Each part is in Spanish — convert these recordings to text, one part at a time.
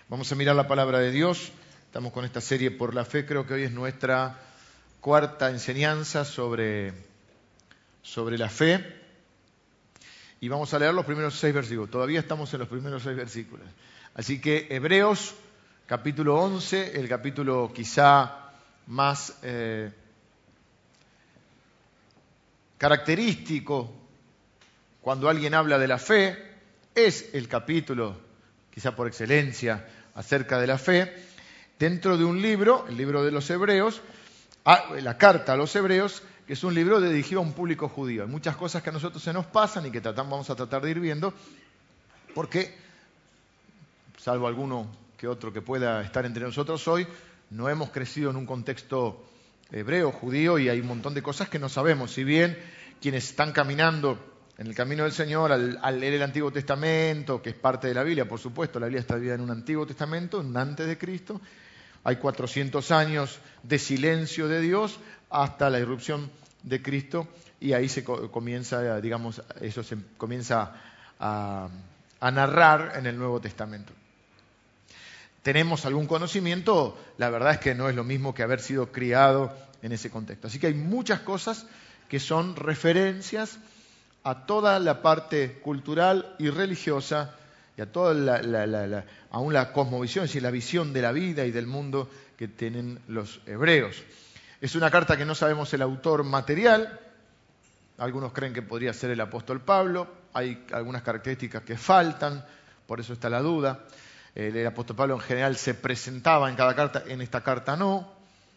Vamos a mirar la palabra de Dios. Estamos con esta serie por la fe. Creo que hoy es nuestra cuarta enseñanza sobre la fe. Y vamos a leer los primeros 6 versículos. Todavía estamos en los primeros 6 versículos. Así que Hebreos, capítulo 11, el capítulo quizá más característico cuando alguien habla de la fe, es el capítulo, quizá por excelencia, acerca de la fe, dentro de un libro, el libro de los Hebreos, la carta a los Hebreos, que es un libro dirigido a un público judío. Hay muchas cosas que a nosotros se nos pasan y que vamos a tratar de ir viendo, porque, salvo alguno que otro que pueda estar entre nosotros hoy, no hemos crecido en un contexto hebreo, judío, y hay un montón de cosas que no sabemos. Si bien quienes están caminando en el camino del Señor, al leer el Antiguo Testamento, que es parte de la Biblia, por supuesto, la Biblia está dividida en un Antiguo Testamento, en un antes de Cristo, hay 400 años de silencio de Dios hasta la irrupción de Cristo, y ahí se comienza, digamos, eso se comienza a narrar en el Nuevo Testamento. Tenemos algún conocimiento, la verdad es que no es lo mismo que haber sido criado en ese contexto. Así que hay muchas cosas que son referencias a toda la parte cultural y religiosa y a toda aún la cosmovisión, es decir, la visión de la vida y del mundo que tienen los hebreos. Es una carta que no sabemos el autor material. Algunos creen que podría ser el apóstol Pablo. Hay algunas características que faltan, por eso está la duda. El apóstol Pablo en general se presentaba en cada carta, en esta carta no.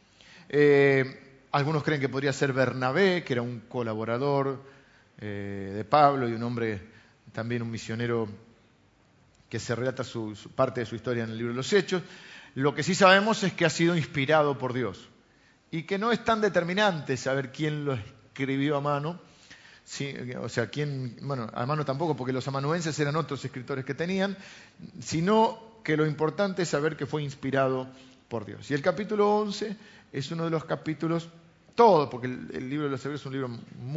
Algunos creen que podría ser Bernabé, que era un colaborador de Pablo y un hombre, también un misionero que se relata su parte de su historia en el libro de los Hechos. Lo que sí sabemos es que ha sido inspirado por Dios y que no es tan determinante saber quién lo escribió a mano. Sí, o sea, a mano tampoco, porque los amanuenses eran otros escritores que tenían, sino que lo importante es saber que fue inspirado por Dios. Y el capítulo 11 es uno de los capítulos, porque el libro de los Hebreos es un libro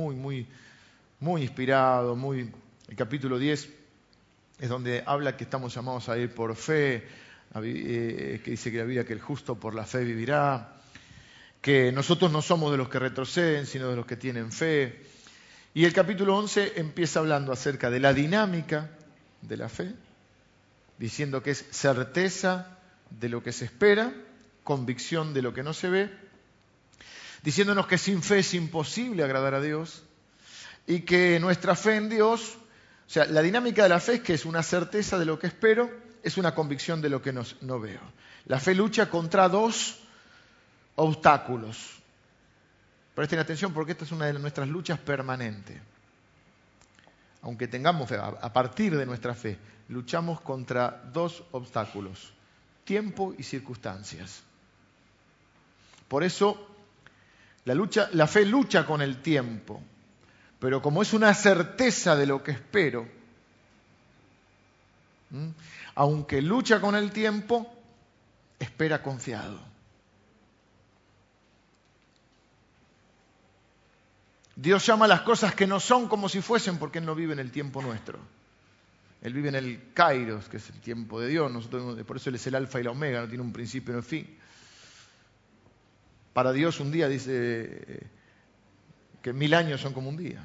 muy inspirado, el capítulo 10 es donde habla que estamos llamados a ir por fe, que dice que la vida, que el justo por la fe vivirá, que nosotros no somos de los que retroceden, sino de los que tienen fe. Y el capítulo 11 empieza hablando acerca de la dinámica de la fe, diciendo que es certeza de lo que se espera, convicción de lo que no se ve, diciéndonos que sin fe es imposible agradar a Dios y que nuestra fe en Dios, o sea, la dinámica de la fe es que es una certeza de lo que espero, es una convicción de lo que no veo. La fe lucha contra 2 obstáculos. Presten atención porque esta es una de nuestras luchas permanentes. Aunque tengamos fe, a partir de nuestra fe, luchamos contra 2 obstáculos: tiempo y circunstancias. Por eso, la fe lucha con el tiempo, pero como es una certeza de lo que espero, aunque lucha con el tiempo, espera confiado. Dios llama a las cosas que no son como si fuesen, porque Él no vive en el tiempo nuestro. Él vive en el Kairos, que es el tiempo de Dios. Por eso Él es el alfa y la omega, no tiene un principio ni un fin. Para Dios un día dice que 1000 años son como un día.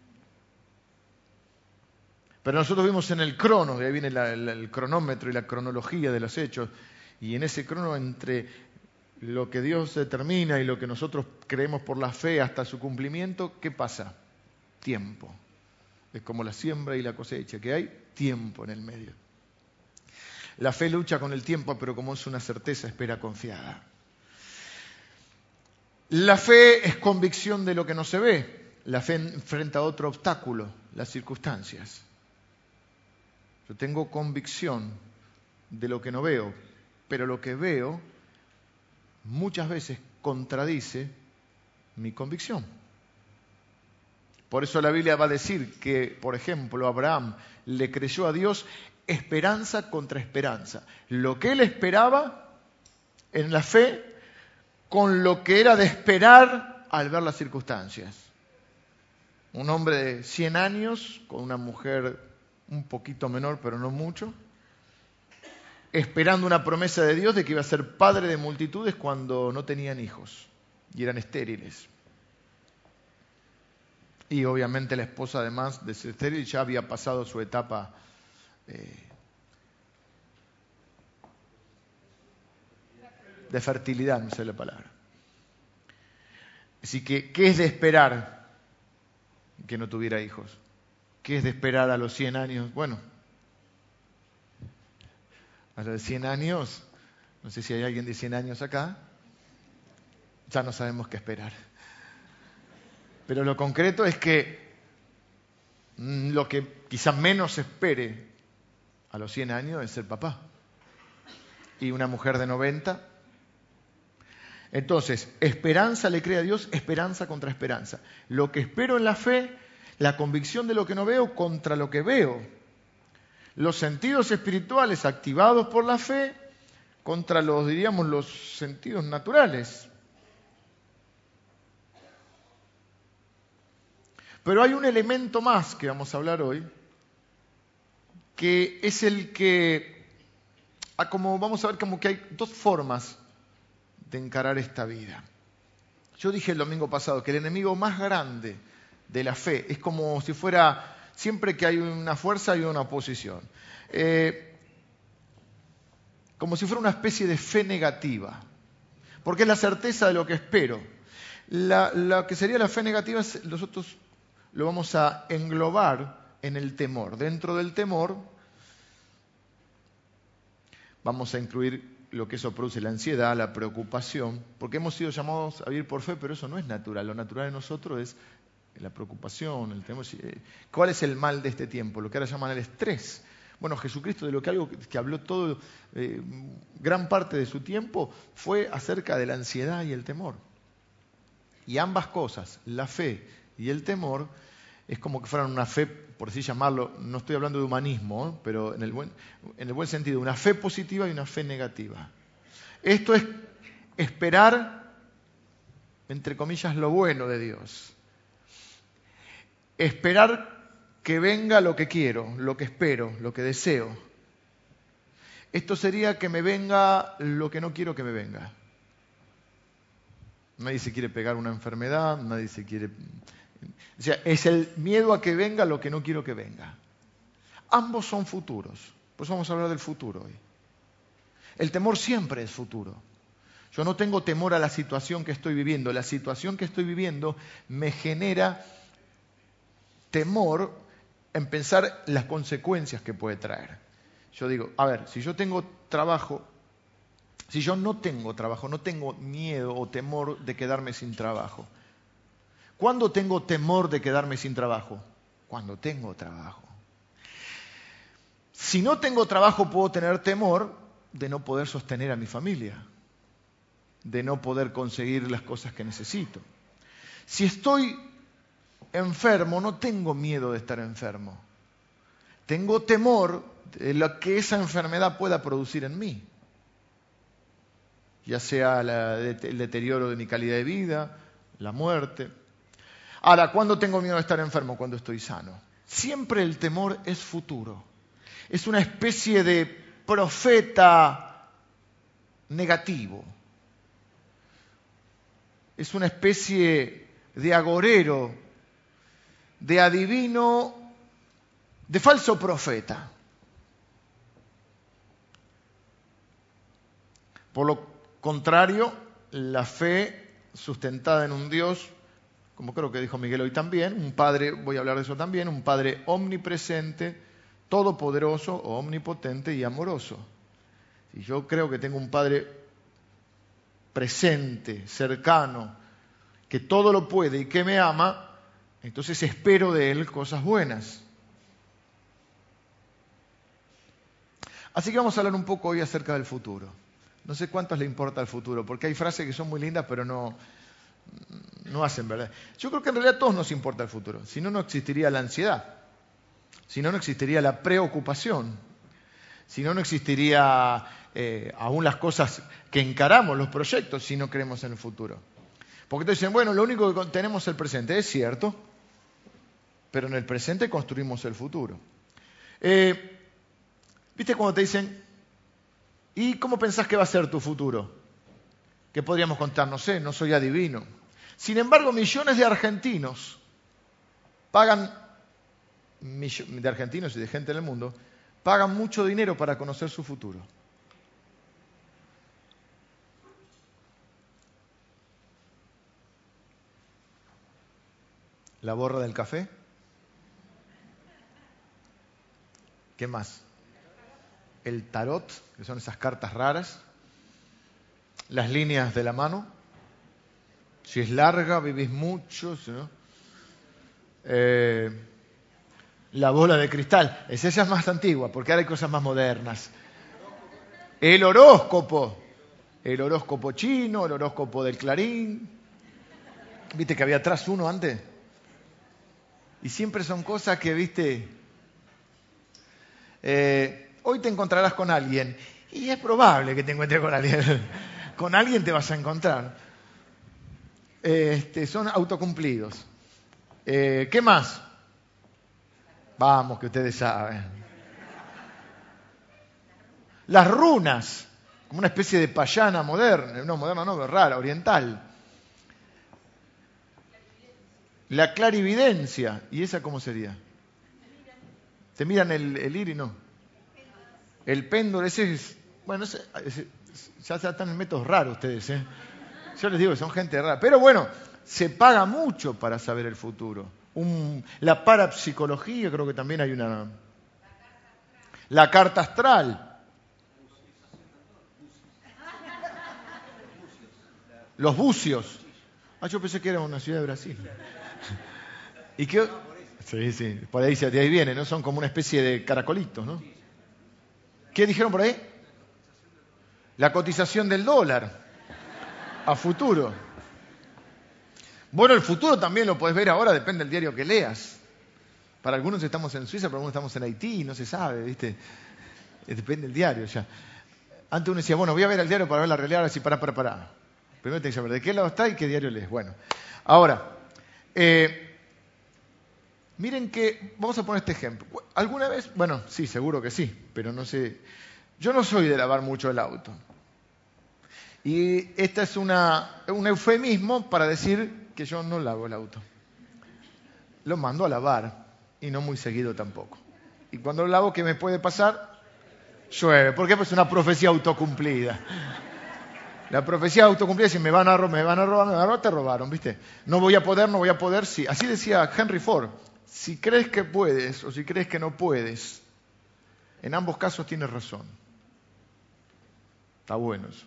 Pero nosotros vivimos en el crono, de ahí viene el cronómetro y la cronología de los hechos. Y en ese crono, entre lo que Dios determina y lo que nosotros creemos por la fe hasta su cumplimiento, ¿qué pasa? Tiempo. Es como la siembra y la cosecha, que hay tiempo en el medio. La fe lucha con el tiempo, pero como es una certeza, espera confiada. La fe es convicción de lo que no se ve. La fe enfrenta a otro obstáculo, las circunstancias. Yo tengo convicción de lo que no veo, pero lo que veo muchas veces contradice mi convicción. Por eso la Biblia va a decir que, por ejemplo, Abraham le creyó a Dios esperanza contra esperanza. Lo que él esperaba en la fe con lo que era de esperar al ver las circunstancias. Un hombre de 100 años con una mujer un poquito menor, pero no mucho, esperando una promesa de Dios de que iba a ser padre de multitudes cuando no tenían hijos y eran estériles. Y obviamente la esposa, además de ser estéril, ya había pasado su etapa de fertilidad, no sé la palabra. Así que, ¿qué es de esperar que no tuviera hijos? ¿Qué es de esperar a los 100 años? Bueno, a los 100 años, no sé si hay alguien de 100 años acá, ya no sabemos qué esperar. Pero lo concreto es que lo que quizá menos espere a los 100 años es ser papá. Y una mujer de 90. Entonces, esperanza le cree a Dios, esperanza contra esperanza. Lo que espero en la fe, la convicción de lo que no veo contra lo que veo. Los sentidos espirituales activados por la fe contra los, diríamos, los sentidos naturales. Pero hay un elemento más que vamos a hablar hoy, que es el que, como vamos a ver, como que hay dos formas de encarar esta vida. Yo dije el domingo pasado que el enemigo más grande de la fe es como si fuera, siempre que hay una fuerza hay una oposición. Como si fuera una especie de fe negativa, porque es la certeza de lo que espero. La que sería la fe negativa, nosotros lo vamos a englobar en el temor. Dentro del temor vamos a incluir lo que eso produce, la ansiedad, la preocupación, porque hemos sido llamados a vivir por fe, pero eso no es natural. Lo natural en nosotros es la preocupación, el temor. ¿Cuál es el mal de este tiempo? Lo que ahora llaman el estrés. Bueno, Jesucristo, de algo que habló todo, gran parte de su tiempo, fue acerca de la ansiedad y el temor. Y ambas cosas, la fe y el temor, es como que fueran una fe, por así llamarlo, no estoy hablando de humanismo, pero en el buen sentido, una fe positiva y una fe negativa. Esto es esperar, entre comillas, lo bueno de Dios. Esperar que venga lo que quiero, lo que espero, lo que deseo. Esto sería que me venga lo que no quiero que me venga. Nadie se quiere pegar una enfermedad, nadie se quiere... O sea, es el miedo a que venga lo que no quiero que venga. Ambos son futuros. Pues vamos a hablar del futuro hoy. El temor siempre es futuro. Yo no tengo temor a la situación que estoy viviendo. La situación que estoy viviendo me genera temor en pensar las consecuencias que puede traer. Yo digo, a ver, si yo tengo trabajo, si yo no tengo trabajo, no tengo miedo o temor de quedarme sin trabajo. ¿Cuándo tengo temor de quedarme sin trabajo? Cuando tengo trabajo. Si no tengo trabajo, puedo tener temor de no poder sostener a mi familia, de no poder conseguir las cosas que necesito. Si estoy enfermo, no tengo miedo de estar enfermo. Tengo temor de lo que esa enfermedad pueda producir en mí, ya sea el deterioro de mi calidad de vida, la muerte. Ahora, ¿cuándo tengo miedo de estar enfermo? Cuando estoy sano. Siempre el temor es futuro. Es una especie de profeta negativo. Es una especie de agorero, de adivino, de falso profeta. Por lo contrario, la fe sustentada en un Dios, como creo que dijo Miguel hoy también, un Padre, voy a hablar de eso también, un Padre omnipresente, todopoderoso, omnipotente y amoroso. Si yo creo que tengo un Padre presente, cercano, que todo lo puede y que me ama, entonces espero de Él cosas buenas. Así que vamos a hablar un poco hoy acerca del futuro. No sé cuántos le importa el futuro, porque hay frases que son muy lindas, pero no hacen verdad. Yo creo que en realidad a todos nos importa el futuro. Si no, no existiría la ansiedad. Si no, no existiría la preocupación. Si no, no existiría aún las cosas que encaramos, los proyectos, si no creemos en el futuro. Porque te dicen, bueno, lo único que tenemos es el presente. Es cierto, pero en el presente construimos el futuro. ¿Viste cuando te dicen, ¿Y cómo pensás que va a ser tu futuro? ¿Qué podríamos contar? No sé, no soy adivino. Sin embargo, millones de argentinos de argentinos y de gente en el mundo, pagan mucho dinero para conocer su futuro. La borra del café. ¿Qué más? El tarot, que son esas cartas raras. Las líneas de la mano. Si es larga, vivís mucho. ¿Sí, no? La bola de cristal. Esa es más antigua, porque ahora hay cosas más modernas. El horóscopo. El horóscopo chino, el horóscopo del Clarín. ¿Viste que había atrás uno antes? Y siempre son cosas que, viste, hoy te encontrarás con alguien. Y es probable que te encuentres con alguien. Con alguien te vas a encontrar. Son autocumplidos. ¿Qué más? Vamos, que ustedes saben. Las runas, como una especie de payana moderna. No, moderna no, pero rara, oriental. La clarividencia. ¿Y esa cómo sería? ¿Te miran el iris? No. El péndulo, ese es... Bueno, ya están en métodos raros ustedes, ¿eh? Yo les digo que son gente rara. Pero bueno, se paga mucho para saber el futuro. La parapsicología, creo que también hay una... La carta astral. Los bucios. Yo pensé que era una ciudad de Brasil. ¿Y qué? Sí, por ahí, de ahí viene, ¿no? Son como una especie de caracolitos, ¿no? ¿Qué dijeron por ahí? La cotización del dólar a futuro. Bueno, el futuro también lo podés ver ahora, depende del diario que leas. Para algunos estamos en Suiza, para algunos estamos en Haití, no se sabe, ¿viste? Depende del diario ya. Antes uno decía, bueno, voy a ver el diario para ver la realidad, ahora sí, pará. Primero tenés que saber de qué lado está y qué diario lees. Bueno, ahora, miren que, vamos a poner este ejemplo. ¿Alguna vez? Bueno, sí, seguro que sí, pero no sé. Yo no soy de lavar mucho el auto. Y esta es un eufemismo para decir que yo no lavo el auto. Lo mando a lavar, y no muy seguido tampoco. Y cuando lo lavo, ¿qué me puede pasar? Llueve. ¿Por qué? Pues es una profecía autocumplida. La profecía autocumplida es: si me van a robar, te robaron, ¿viste? No voy a poder, sí. Así decía Henry Ford. Si crees que puedes o si crees que no puedes, en ambos casos tienes razón. Está bueno eso.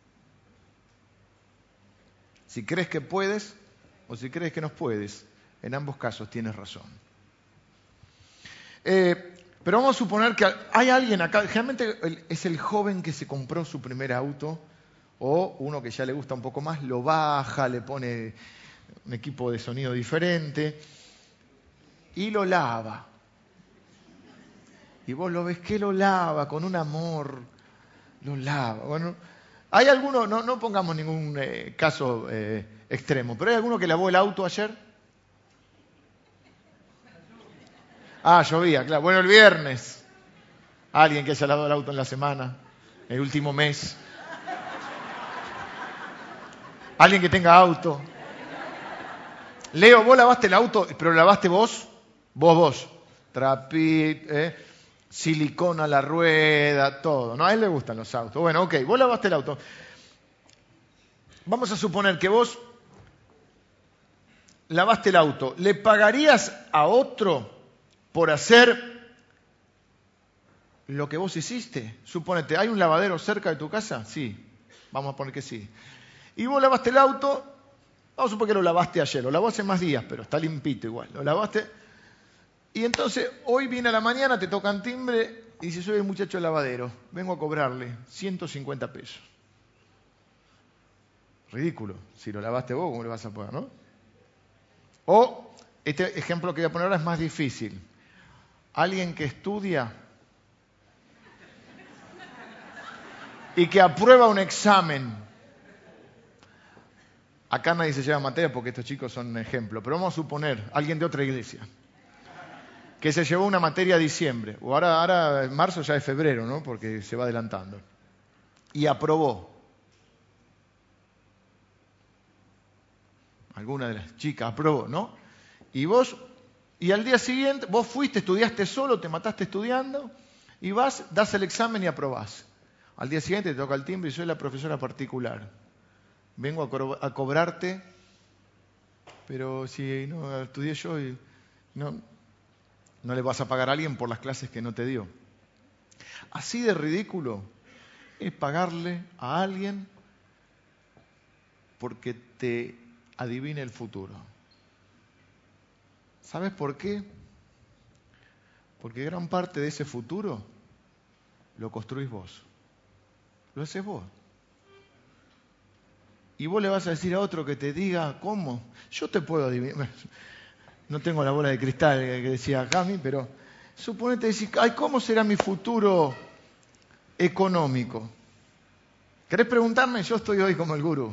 Si crees que puedes o si crees que no puedes, en ambos casos tienes razón. Pero vamos a suponer que hay alguien acá, generalmente es el joven que se compró su primer auto, o uno que ya le gusta un poco más, lo baja, le pone un equipo de sonido diferente y lo lava. Y vos lo ves que lo lava con un amor, lo lava. Bueno, hay alguno, no pongamos ningún caso extremo, pero hay alguno que lavó el auto ayer. Llovía, claro. Bueno, el viernes. Alguien que haya lavado el auto en la semana, el último mes. Alguien que tenga auto. Leo, vos lavaste el auto, pero lo lavaste vos. Vos. Trapito, silicona a la rueda, todo. No, a él le gustan los autos. Bueno, ok, vos lavaste el auto. Vamos a suponer que vos lavaste el auto. ¿Le pagarías a otro por hacer lo que vos hiciste? Supónete, ¿hay un lavadero cerca de tu casa? Sí, vamos a poner que sí. Y vos lavaste el auto, vamos a suponer que lo lavaste ayer, lo lavó hace más días, pero está limpito igual. Lo lavaste, y entonces hoy viene a la mañana, te tocan timbre, y dice: soy el muchacho del lavadero, vengo a cobrarle 150 pesos. Ridículo, si lo lavaste vos, ¿cómo le vas a pagar, no? O, este ejemplo que voy a poner ahora es más difícil. Alguien que estudia y que aprueba un examen. Acá nadie se lleva materia porque estos chicos son un ejemplo, pero vamos a suponer, alguien de otra iglesia, que se llevó una materia a diciembre, o ahora en marzo ya es febrero, ¿no? Porque se va adelantando. y aprobó. Alguna de las chicas aprobó, ¿no? Y al día siguiente, vos fuiste, estudiaste solo, te mataste estudiando, y vas, das el examen y aprobás. Al día siguiente te toca el timbre y soy la profesora particular. Vengo a cobrarte, pero si no estudié yo, y no le vas a pagar a alguien por las clases que no te dio. Así de ridículo es pagarle a alguien porque te adivine el futuro. ¿Sabes por qué? Porque gran parte de ese futuro lo construís vos. Lo haces vos. Y vos le vas a decir a otro que te diga cómo. Yo te puedo adivinar. No tengo la bola de cristal que decía Cami, pero suponete decir, ay, ¿cómo será mi futuro económico? ¿Querés preguntarme? Yo estoy hoy como el gurú.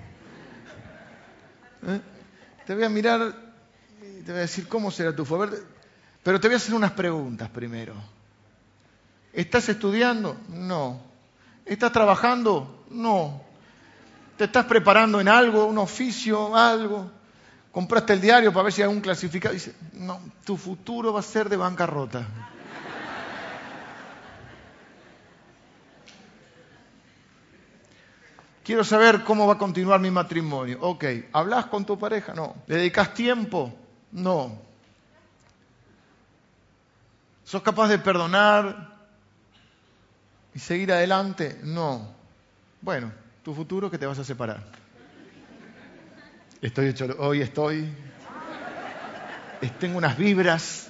Te voy a mirar y te voy a decir cómo será tu futuro. Pero te voy a hacer unas preguntas primero. ¿Estás estudiando? No. ¿Estás trabajando? No. ¿Te estás preparando en algo, un oficio, algo? ¿Compraste el diario para ver si hay algún clasificado? Dice, no, tu futuro va a ser de bancarrota. Quiero saber cómo va a continuar mi matrimonio. Ok, ¿hablas con tu pareja? No. ¿Le dedicas tiempo? No. ¿Sos capaz de perdonar y seguir adelante? No. Bueno, tu futuro que te vas a separar. Tengo unas vibras.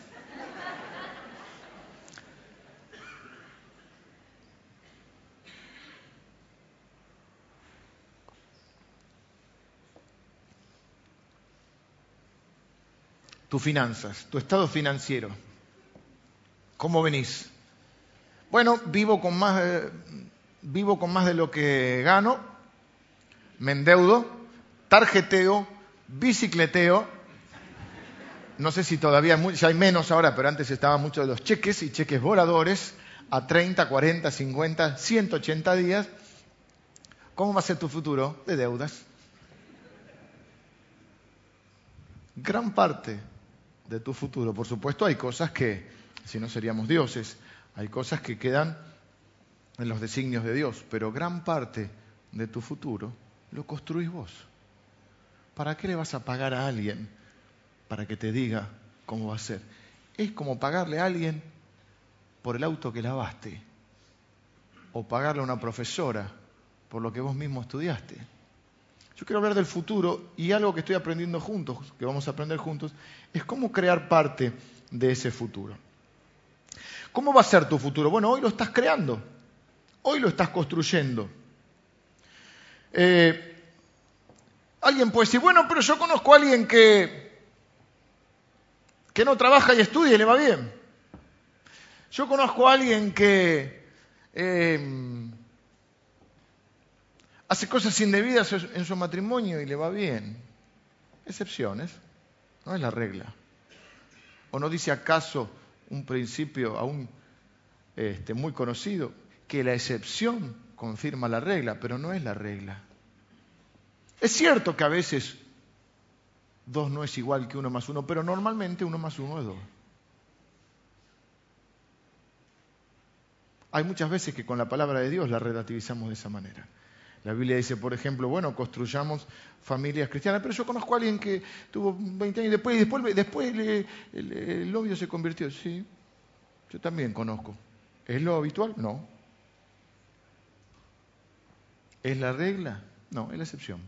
Tus finanzas, tu estado financiero. ¿Cómo venís? Bueno, vivo con más de lo que gano, me endeudo, tarjeteo, bicicleteo. No sé si todavía ya hay menos ahora, pero antes estaban muchos de los cheques y cheques voladores a 30, 40, 50, 180 días. ¿Cómo va a ser tu futuro? De deudas. Gran parte de tu futuro, por supuesto, hay cosas que, si no seríamos dioses, hay cosas que quedan en los designios de Dios, pero gran parte de tu futuro lo construís vos. ¿Para qué le vas a pagar a alguien para que te diga cómo va a ser? Es como pagarle a alguien por el auto que lavaste o pagarle a una profesora por lo que vos mismo estudiaste. Yo quiero hablar del futuro y algo que estoy aprendiendo juntos, que vamos a aprender juntos, es cómo crear parte de ese futuro. ¿Cómo va a ser tu futuro? Bueno, hoy lo estás creando, hoy lo estás construyendo. Alguien puede decir, bueno, pero yo conozco a alguien que no trabaja y estudia y le va bien. Yo conozco a alguien que hace cosas indebidas en su matrimonio y le va bien. Excepciones, no es la regla. ¿O no dice acaso un principio aún muy conocido? Que la excepción confirma la regla, pero no es la regla. Es cierto que a veces 2 no es igual que 1 más 1, pero normalmente 1 más 1 es 2. Hay muchas veces que con la palabra de Dios la relativizamos de esa manera. La Biblia dice, por ejemplo, bueno, construyamos familias cristianas, pero yo conozco a alguien que tuvo 20 años y después el novio se convirtió. Sí, yo también conozco. ¿Es lo habitual? No. ¿Es la regla? No, es la excepción.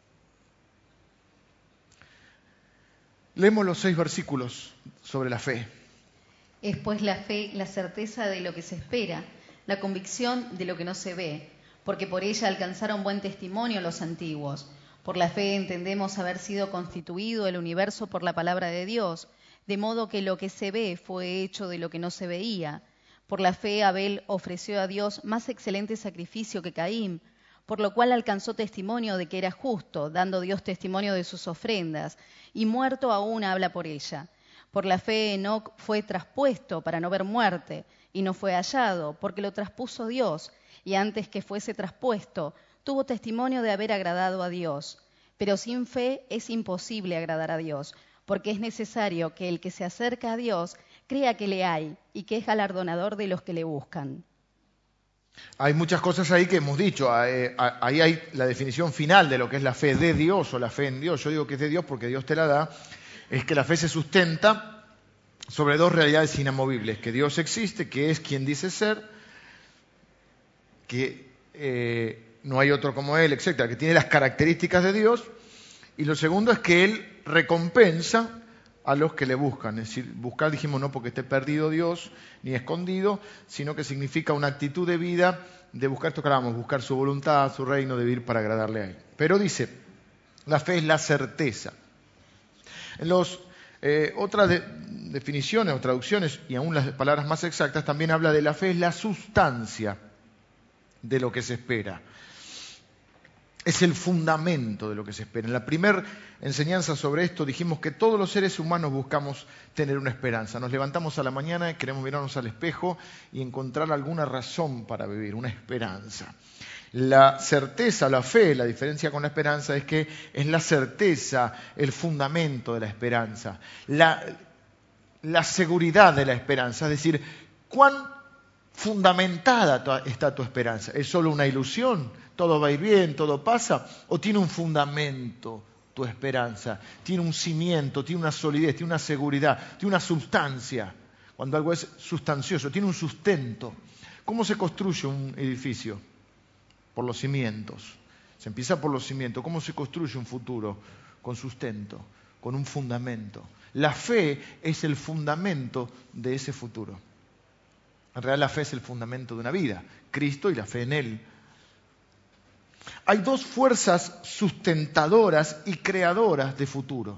Leemos los 6 versículos sobre la fe. Es pues la fe la certeza de lo que se espera, la convicción de lo que no se ve, porque por ella alcanzaron buen testimonio los antiguos. Por la fe entendemos haber sido constituido el universo por la palabra de Dios, de modo que lo que se ve fue hecho de lo que no se veía. Por la fe Abel ofreció a Dios más excelente sacrificio que Caín, por lo cual alcanzó testimonio de que era justo, dando Dios testimonio de sus ofrendas, y muerto aún habla por ella. Por la fe Enoc fue traspuesto para no ver muerte, y no fue hallado, porque lo traspuso Dios. y antes que fuese traspuesto, tuvo testimonio de haber agradado a Dios. Pero sin fe es imposible agradar a Dios, porque es necesario que el que se acerca a Dios crea que le hay y que es galardonador de los que le buscan. Hay muchas cosas ahí que hemos dicho. Ahí hay la definición final de lo que es la fe de Dios o la fe en Dios. Yo digo que es de Dios porque Dios te la da. Es que la fe se sustenta sobre dos realidades inamovibles. Que Dios existe, que es quien dice ser, que no hay otro como Él, etcétera, que tiene las características de Dios. Y lo segundo es que Él recompensa a los que le buscan. Es decir, buscar, dijimos, no porque esté perdido Dios ni escondido, sino que significa una actitud de vida de buscar esto que hablábamos, buscar su voluntad, su reino, de vivir para agradarle a Él. Pero dice, la fe es la certeza. En los otras definiciones o traducciones, y aún las palabras más exactas, también habla de la fe es la sustancia de lo que se espera. Es el fundamento de lo que se espera. En la primera enseñanza sobre esto dijimos que todos los seres humanos buscamos tener una esperanza. Nos levantamos a la mañana y queremos mirarnos al espejo y encontrar alguna razón para vivir, una esperanza. La certeza, la fe, la diferencia con la esperanza es que es la certeza, el fundamento de la esperanza. La seguridad de la esperanza, es decir, cuán fundamentada está tu esperanza. ¿Es solo una ilusión? ¿Todo va a ir bien? ¿Todo pasa? ¿O tiene un fundamento tu esperanza? ¿Tiene un cimiento? ¿Tiene una solidez? ¿Tiene una seguridad? ¿Tiene una sustancia? Cuando algo es sustancioso, tiene un sustento. ¿Cómo se construye un edificio? Por los cimientos. Se empieza por los cimientos. ¿Cómo se construye un futuro? Con sustento, con un fundamento. La fe es el fundamento de ese futuro. En realidad la fe es el fundamento de una vida, Cristo y la fe en Él. Hay dos fuerzas sustentadoras y creadoras de futuro.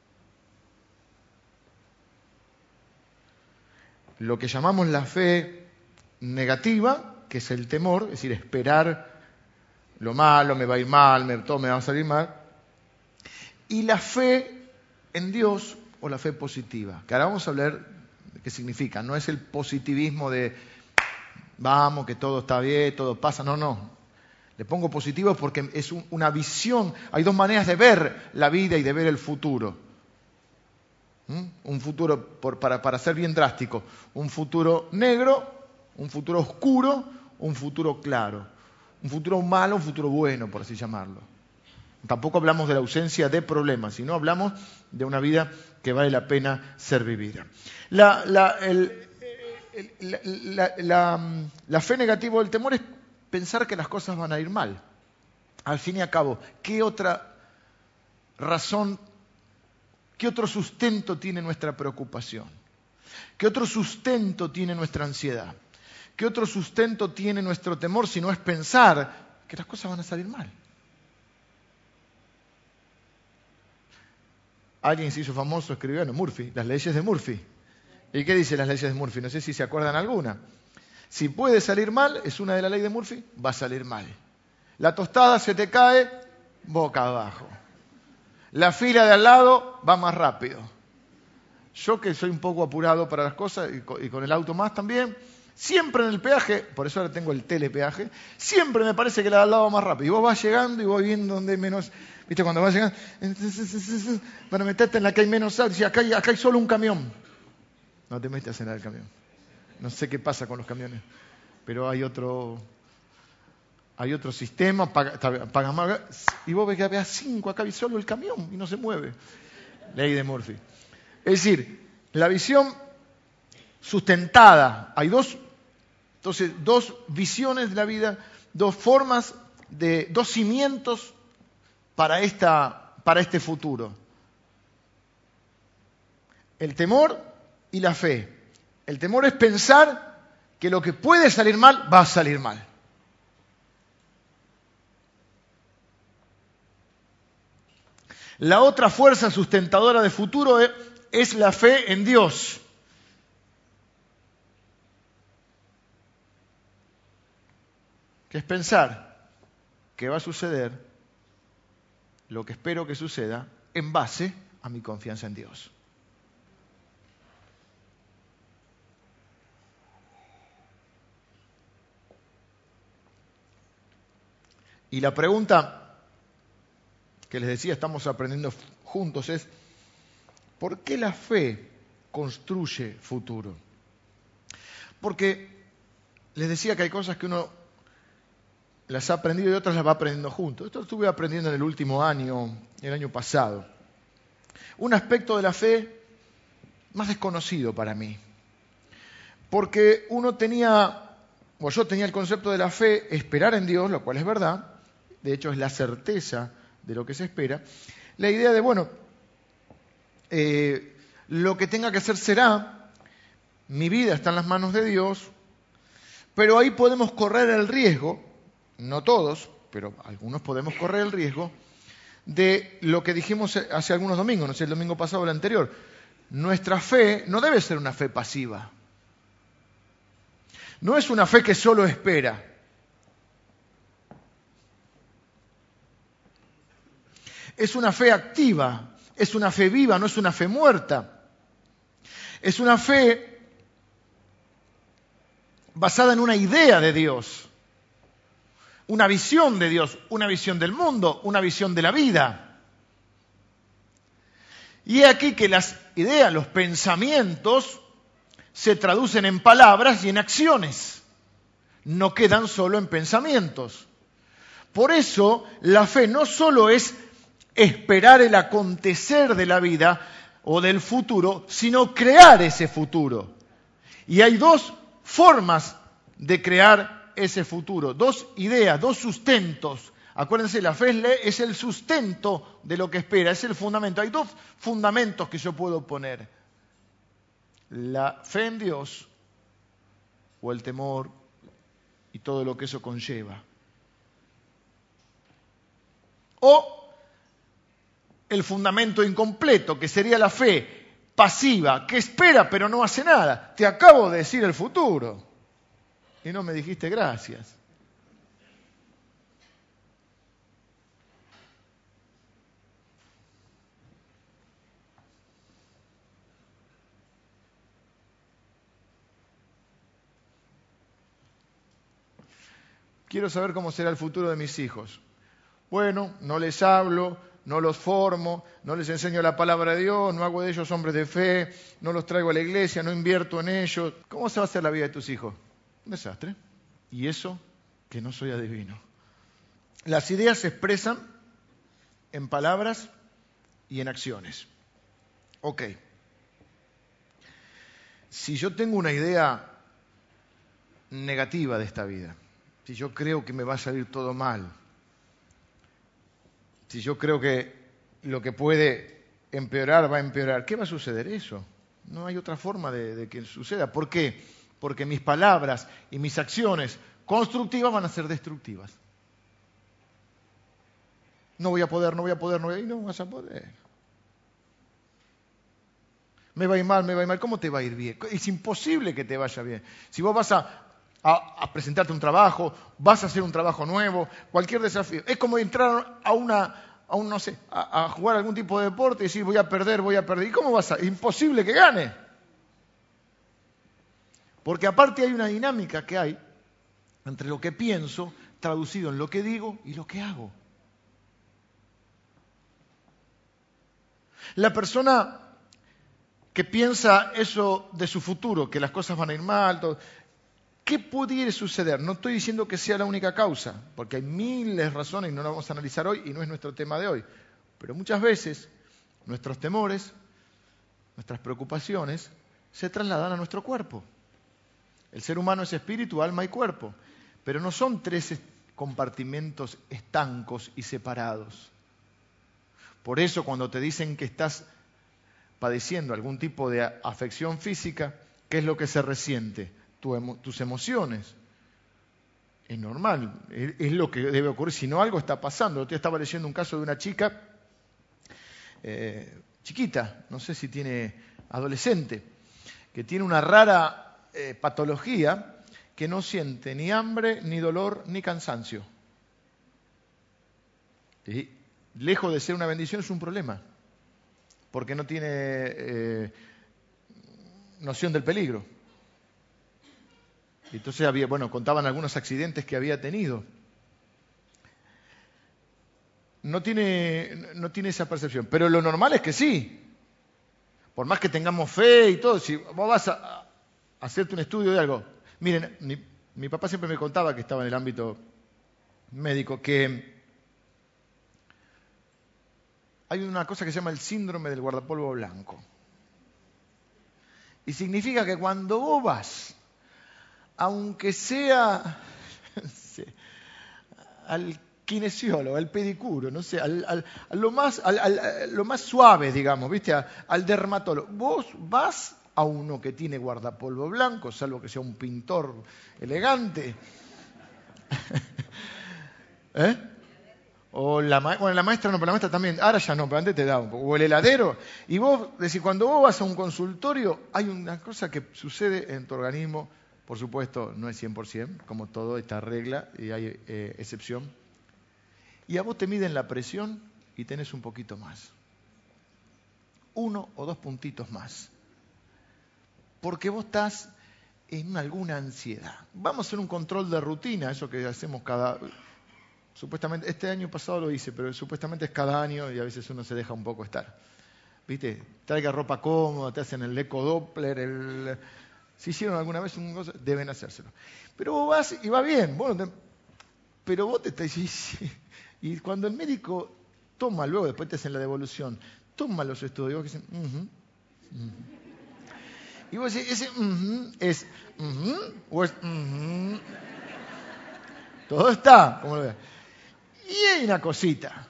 Lo que llamamos la fe negativa, que es el temor, es decir, esperar lo malo, me va a ir mal, todo me va a salir mal. Y la fe en Dios o la fe positiva, que ahora vamos a hablar de qué significa. No es el positivismo de vamos, que todo está bien, todo pasa. No. Le pongo positivo porque es una visión. Hay dos maneras de ver la vida y de ver el futuro. Un futuro, para ser bien drástico, un futuro negro, un futuro oscuro, un futuro claro. Un futuro malo, un futuro bueno, por así llamarlo. Tampoco hablamos de la ausencia de problemas, sino hablamos de una vida que vale la pena ser vivida. La fe negativa o el temor es pensar que las cosas van a ir mal. Al fin y al cabo, ¿qué otra razón, qué otro sustento tiene nuestra preocupación? ¿Qué otro sustento tiene nuestra ansiedad? ¿Qué otro sustento tiene nuestro temor si no es pensar que las cosas van a salir mal? Alguien se hizo famoso escribiendo Murphy, las leyes de Murphy. ¿Y qué dice las leyes de Murphy? No sé si se acuerdan alguna. Si puede salir mal, es una de las leyes de Murphy, va a salir mal. La tostada se te cae boca abajo. La fila de al lado va más rápido. Yo que soy un poco apurado para las cosas y con el auto más también, siempre en el peaje, por eso ahora tengo el telepeaje, siempre me parece que la de al lado va más rápido. Y vos vas llegando y vos viendo donde hay menos... ¿Viste? Cuando vas llegando, para meterte en la que hay menos... Dice, acá hay solo un camión. No te metas en el camión. No sé qué pasa con los camiones, pero hay otro sistema, paga más, y vos ves que había 5 acá y solo el camión y no se mueve. Ley de Murphy. Es decir, la visión sustentada. Hay dos visiones de la vida, dos formas, dos cimientos para este futuro. El temor y la fe. El temor es pensar que lo que puede salir mal, va a salir mal. La otra fuerza sustentadora de futuro es la fe en Dios. Que es pensar que va a suceder lo que espero que suceda en base a mi confianza en Dios. Y la pregunta que les decía, estamos aprendiendo juntos, es ¿por qué la fe construye futuro? Porque les decía que hay cosas que uno las ha aprendido y otras las va aprendiendo juntos. Esto lo estuve aprendiendo en el último año, el año pasado. Un aspecto de la fe más desconocido para mí. Porque yo tenía el concepto de la fe, esperar en Dios, lo cual es verdad, de hecho es la certeza de lo que se espera. La idea de, lo que tenga que ser será, mi vida está en las manos de Dios, pero ahí podemos correr el riesgo, no todos, pero algunos podemos correr el riesgo, de lo que dijimos hace algunos domingos, no sé, el domingo pasado o el anterior. Nuestra fe no debe ser una fe pasiva. No es una fe que solo espera. Es una fe activa, es una fe viva, no es una fe muerta. Es una fe basada en una idea de Dios, una visión de Dios, una visión del mundo, una visión de la vida. Y he aquí que las ideas, los pensamientos, se traducen en palabras y en acciones. No quedan solo en pensamientos. Por eso la fe no solo es esperar el acontecer de la vida o del futuro, sino crear ese futuro. Y hay dos formas de crear ese futuro, dos ideas, dos sustentos. Acuérdense, la fe es el sustento de lo que espera, es el fundamento. Hay dos fundamentos que yo puedo poner. La fe en Dios o el temor y todo lo que eso conlleva. O el fundamento incompleto, que sería la fe pasiva, que espera pero no hace nada. Te acabo de decir el futuro y no me dijiste gracias. Quiero saber cómo será el futuro de mis hijos. Bueno, no les hablo, no los formo, no les enseño la palabra de Dios, no hago de ellos hombres de fe, no los traigo a la iglesia, no invierto en ellos. ¿Cómo se va a hacer la vida de tus hijos? Un desastre. Y eso que no soy adivino. Las ideas se expresan en palabras y en acciones. Ok. Si yo tengo una idea negativa de esta vida, si yo creo que me va a salir todo mal, si yo creo que lo que puede empeorar va a empeorar, ¿qué va a suceder eso? No hay otra forma de que suceda. ¿Por qué? Porque mis palabras y mis acciones constructivas van a ser destructivas. No voy a poder, y no vas a poder. Me va a ir mal, ¿cómo te va a ir bien? Es imposible que te vaya bien. Si vos vas a presentarte un trabajo, vas a hacer un trabajo nuevo, cualquier desafío. Es como entrar a jugar algún tipo de deporte y decir voy a perder. ¿Y cómo vas a? Es imposible que gane. Porque aparte hay una dinámica que hay entre lo que pienso, traducido en lo que digo y lo que hago. La persona que piensa eso de su futuro, que las cosas van a ir mal, todo, ¿qué pudiera suceder? No estoy diciendo que sea la única causa, porque hay miles de razones y no las vamos a analizar hoy y no es nuestro tema de hoy. Pero muchas veces nuestros temores, nuestras preocupaciones se trasladan a nuestro cuerpo. El ser humano es espíritu, alma y cuerpo, pero no son tres compartimentos estancos y separados. Por eso cuando te dicen que estás padeciendo algún tipo de afección física, ¿qué es lo que se resiente? Tus emociones. Es normal, es lo que debe ocurrir, si no algo está pasando. Yo estaba leyendo un caso de una chica chiquita, no sé si tiene adolescente, que tiene una rara patología que no siente ni hambre, ni dolor, ni cansancio. Y lejos de ser una bendición es un problema, porque no tiene noción del peligro. Entonces contaban algunos accidentes que había tenido. no tiene esa percepción. Pero lo normal es que sí. Por más que tengamos fe y todo, si vos vas a hacerte un estudio de algo. Miren, mi papá siempre me contaba, que estaba en el ámbito médico, que hay una cosa que se llama el síndrome del guardapolvo blanco. Y significa que cuando vos vas, aunque sea al kinesiólogo, al pedicuro, no sé, lo más suave, digamos, ¿viste? Al dermatólogo. Vos vas a uno que tiene guardapolvo blanco, salvo que sea un pintor elegante. ¿Eh? O la maestra no, pero la maestra también, ahora ya no, pero antes te da un poco. O el heladero. Y vos decís, cuando vos vas a un consultorio, hay una cosa que sucede en tu organismo, por supuesto, no es 100%, como todo, esta regla, y hay excepción. Y a vos te miden la presión y tenés un poquito más. 1 o 2 puntitos más. Porque vos estás en alguna ansiedad. Vamos a hacer un control de rutina, eso que hacemos supuestamente, este año pasado lo hice, pero supuestamente es cada año y a veces uno se deja un poco estar. ¿Viste? Traiga ropa cómoda, te hacen el ecodoppler, si hicieron alguna vez una cosa, deben hacérselo. Pero vos vas y va bien, pero vos te estás diciendo... Y cuando el médico toma, luego después te hacen la devolución, toma los estudios, dicen, y vos decís, ese es o es todo está, como lo veas. Y hay una cosita.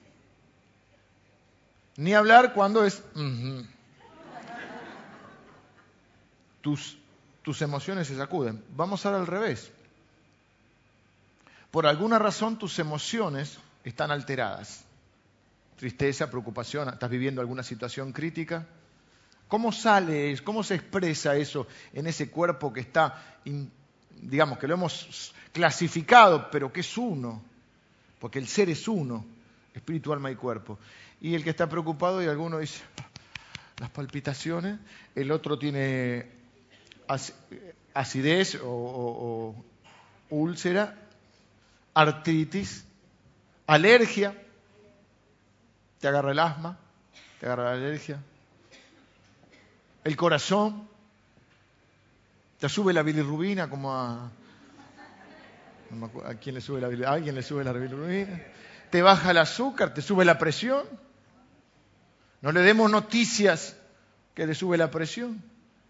Ni hablar cuando es tus emociones se sacuden. Vamos ahora al revés. Por alguna razón tus emociones están alteradas. Tristeza, preocupación, estás viviendo alguna situación crítica. ¿Cómo sale, cómo se expresa eso en ese cuerpo que está, digamos, que lo hemos clasificado, pero que es uno? Porque el ser es uno, espíritu, alma y cuerpo. Y el que está preocupado, y alguno dice, las palpitaciones, el otro tiene acidez o úlcera, artritis, alergia, te agarra el asma, te agarra la alergia, el corazón, te sube la bilirrubina como a quién le sube la bilirrubina, a alguien le sube la bilirrubina, te baja el azúcar, te sube la presión. No le demos noticias que le sube la presión.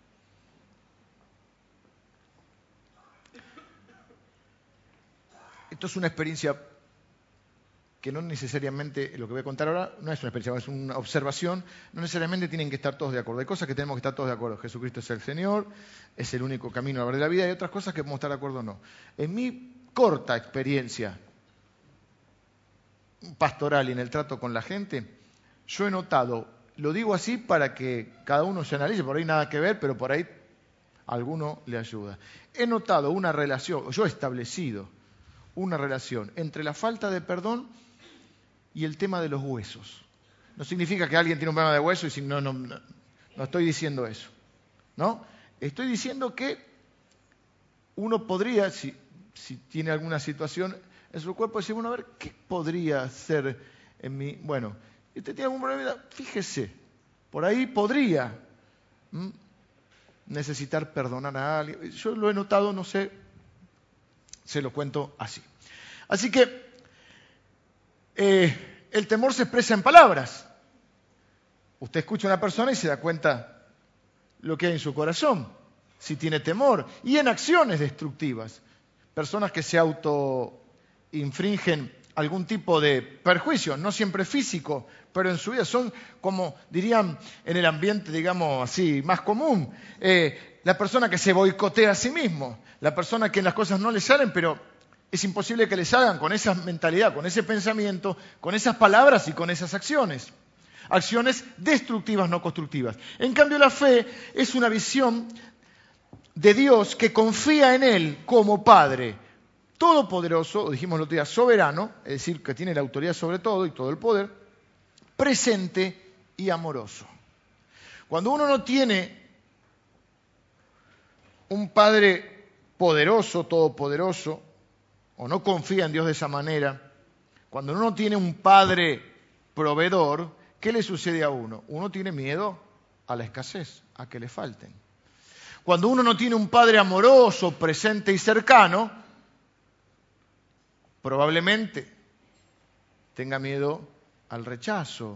Esto es una experiencia que no necesariamente, lo que voy a contar ahora, no es una experiencia, es una observación, no necesariamente tienen que estar todos de acuerdo. Hay cosas que tenemos que estar todos de acuerdo. Jesucristo es el Señor, es el único camino a la verdad de la vida, y otras cosas que podemos estar de acuerdo o no. En mi corta experiencia pastoral y en el trato con la gente, yo he notado, lo digo así para que cada uno se analice, por ahí nada que ver, pero por ahí a alguno le ayuda. He notado una relación, yo he establecido una relación entre la falta de perdón y el tema de los huesos. No significa que alguien tiene un problema de hueso y si no estoy diciendo eso. ¿No? Estoy diciendo que uno podría, si tiene alguna situación en su cuerpo, decir, bueno, a ver, ¿qué podría hacer en mí? Bueno, usted tiene algún problema, fíjese, por ahí podría necesitar perdonar a alguien. Yo lo he notado, no sé, se lo cuento así. Así que el temor se expresa en palabras. Usted escucha a una persona y se da cuenta lo que hay en su corazón, si tiene temor, y en acciones destructivas. Personas que se autoinfringen algún tipo de perjuicio, no siempre físico, pero en su vida son, como dirían en el ambiente, digamos así, más común, la persona que se boicotea a sí mismo, la persona que las cosas no le salen, pero es imposible que les hagan con esa mentalidad, con ese pensamiento, con esas palabras y con esas acciones. Acciones destructivas, no constructivas. En cambio, la fe es una visión de Dios que confía en Él como Padre todopoderoso, o dijimos el otro día, soberano, es decir, que tiene la autoridad sobre todo y todo el poder, presente y amoroso. Cuando uno no tiene un Padre poderoso, todopoderoso, o no confía en Dios de esa manera, Cuando uno tiene un padre proveedor, ¿qué le sucede a uno? Uno tiene miedo a la escasez, a que le falten. Cuando uno no tiene un padre amoroso, presente y cercano, probablemente tenga miedo al rechazo,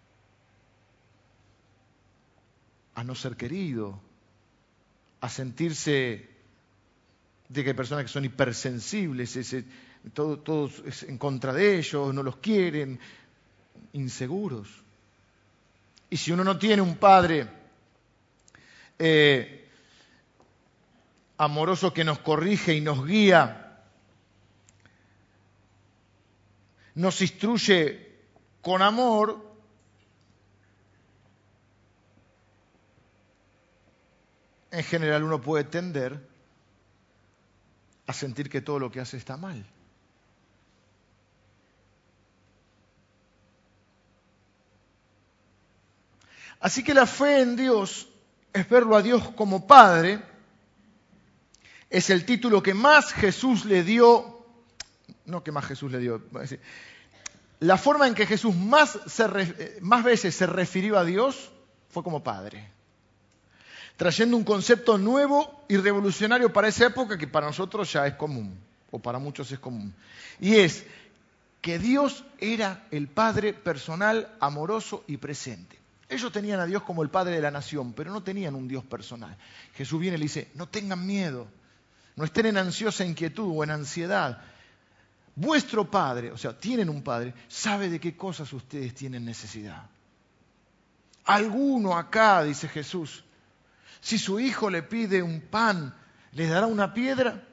a no ser querido, a sentirse de que hay personas que son hipersensibles, todo es en contra de ellos, no los quieren, inseguros. Y si uno no tiene un padre amoroso que nos corrige y nos guía, nos instruye con amor, en general uno puede tender a sentir que todo lo que hace está mal. Así que la fe en Dios es verlo a Dios como Padre, es el título que más Jesús le dio, no que más Jesús le dio, la forma en que Jesús más veces se refirió a Dios fue como Padre, trayendo un concepto nuevo y revolucionario para esa época que para nosotros ya es común, o para muchos es común, y es que Dios era el Padre personal, amoroso y presente. Ellos tenían a Dios como el Padre de la nación, pero no tenían un Dios personal. Jesús viene y le dice, no tengan miedo, no estén en ansiosa inquietud o en ansiedad. Vuestro Padre, o sea, tienen un Padre, sabe de qué cosas ustedes tienen necesidad. ¿Alguno acá, dice Jesús, si su hijo le pide un pan, ¿les dará una piedra?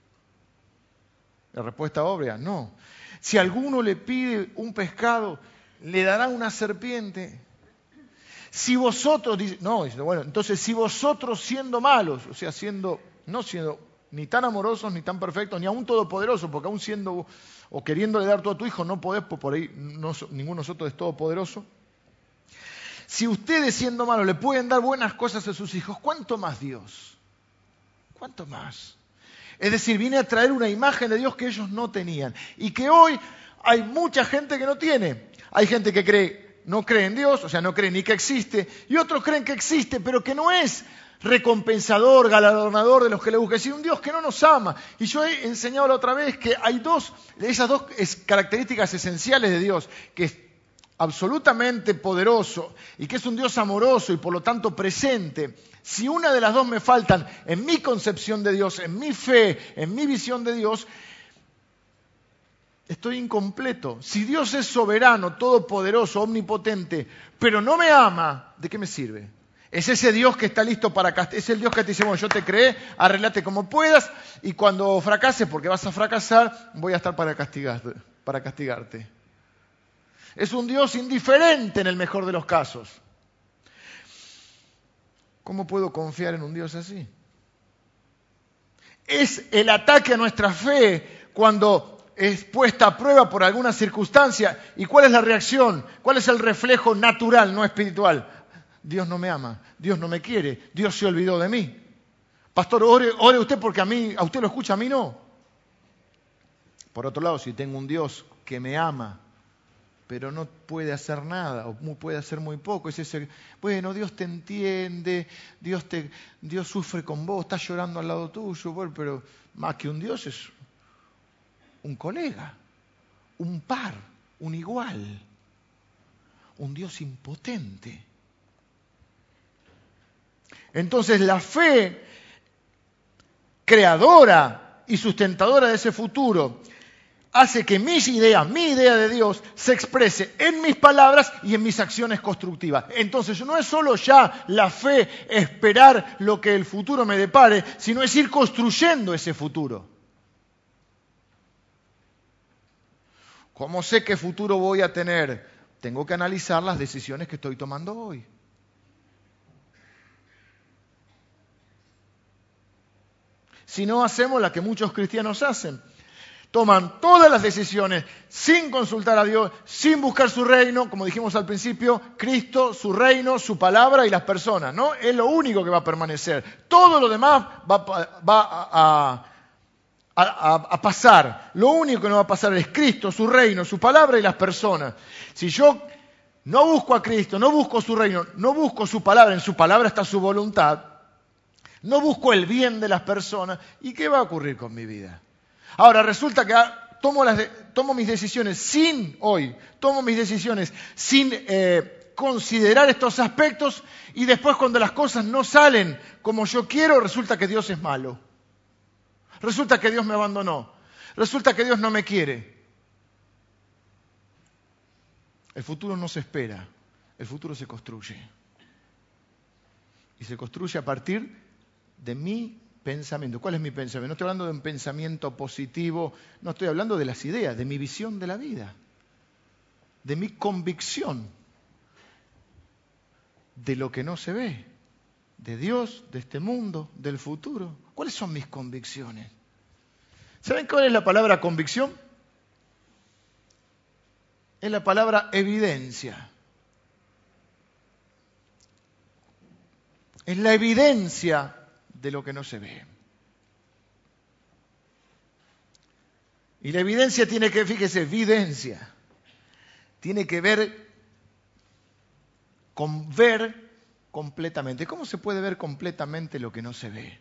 La respuesta obvia, no. Si alguno le pide un pescado, ¿le dará una serpiente? Si vosotros, bueno, entonces si vosotros siendo malos, o sea, no siendo ni tan amorosos, ni tan perfectos, ni aún todopoderosos, porque aún siendo o queriéndole dar todo a tu hijo, no podés, porque por ahí ninguno de nosotros es todopoderoso. Si ustedes siendo malos le pueden dar buenas cosas a sus hijos, ¿cuánto más Dios? ¿Cuánto más? Es decir, viene a traer una imagen de Dios que ellos no tenían y que hoy hay mucha gente que no tiene. Hay gente que no cree en Dios, o sea, no cree ni que existe, y otros creen que existe, pero que no es recompensador, galardonador de los que le buscan, es decir, un Dios que no nos ama. Y yo he enseñado la otra vez que hay esas dos características esenciales de Dios, que es absolutamente poderoso y que es un Dios amoroso y por lo tanto presente. Si una de las dos me faltan en mi concepción de Dios, en mi fe, en mi visión de Dios, estoy incompleto. Si Dios es soberano, todopoderoso, omnipotente, pero no me ama, ¿de qué me sirve? Es ese Dios que está listo para castigar, es el Dios que te dice, bueno, yo te creé, arreglate como puedas, y cuando fracases, porque vas a fracasar, voy a estar para castigarte. Es un Dios indiferente en el mejor de los casos. ¿Cómo puedo confiar en un Dios así? Es el ataque a nuestra fe cuando es puesta a prueba por alguna circunstancia. ¿Y cuál es la reacción? ¿Cuál es el reflejo natural, no espiritual? Dios no me ama, Dios no me quiere, Dios se olvidó de mí. Pastor, ore usted porque a usted lo escucha, a mí no. Por otro lado, si tengo un Dios que me ama, pero no puede hacer nada, o puede hacer muy poco, es ese, bueno, Dios te entiende, Dios sufre con vos, está llorando al lado tuyo, bueno, pero más que un Dios es un colega, un par, un igual, un Dios impotente. Entonces la fe creadora y sustentadora de ese futuro hace que mi idea de Dios se exprese en mis palabras y en mis acciones constructivas. Entonces no es solo ya la fe esperar lo que el futuro me depare, sino es ir construyendo ese futuro. ¿Cómo sé qué futuro voy a tener? Tengo que analizar las decisiones que estoy tomando hoy. Si no hacemos la que muchos cristianos hacen, toman todas las decisiones sin consultar a Dios, sin buscar su reino, como dijimos al principio, Cristo, su reino, su palabra y las personas, ¿no? Es lo único que va a permanecer. Todo lo demás va a a pasar. Lo único que no va a pasar es Cristo, su reino, su palabra y las personas. Si yo no busco a Cristo, no busco su reino, no busco su palabra, en su palabra está su voluntad, no busco el bien de las personas, ¿y qué va a ocurrir con mi vida? Ahora, resulta que tomo mis decisiones sin considerar estos aspectos, y después cuando las cosas no salen como yo quiero, resulta que Dios es malo. Resulta que Dios me abandonó. Resulta que Dios no me quiere. El futuro no se espera, el futuro se construye. Y se construye a partir de mi pensamiento. ¿Cuál es mi pensamiento? No estoy hablando de un pensamiento positivo, no estoy hablando de las ideas, de mi visión de la vida, de mi convicción, de lo que no se ve, de Dios, de este mundo, del futuro. ¿Cuáles son mis convicciones? ¿Saben cuál es la palabra convicción? Es la palabra evidencia. Es la evidencia de lo que no se ve. Y la evidencia tiene que, fíjese, evidencia, tiene que ver con ver completamente. ¿Cómo se puede ver completamente lo que no se ve?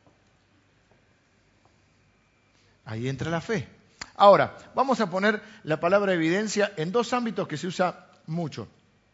Ahí entra la fe. Ahora, vamos a poner la palabra evidencia en dos ámbitos que se usa mucho.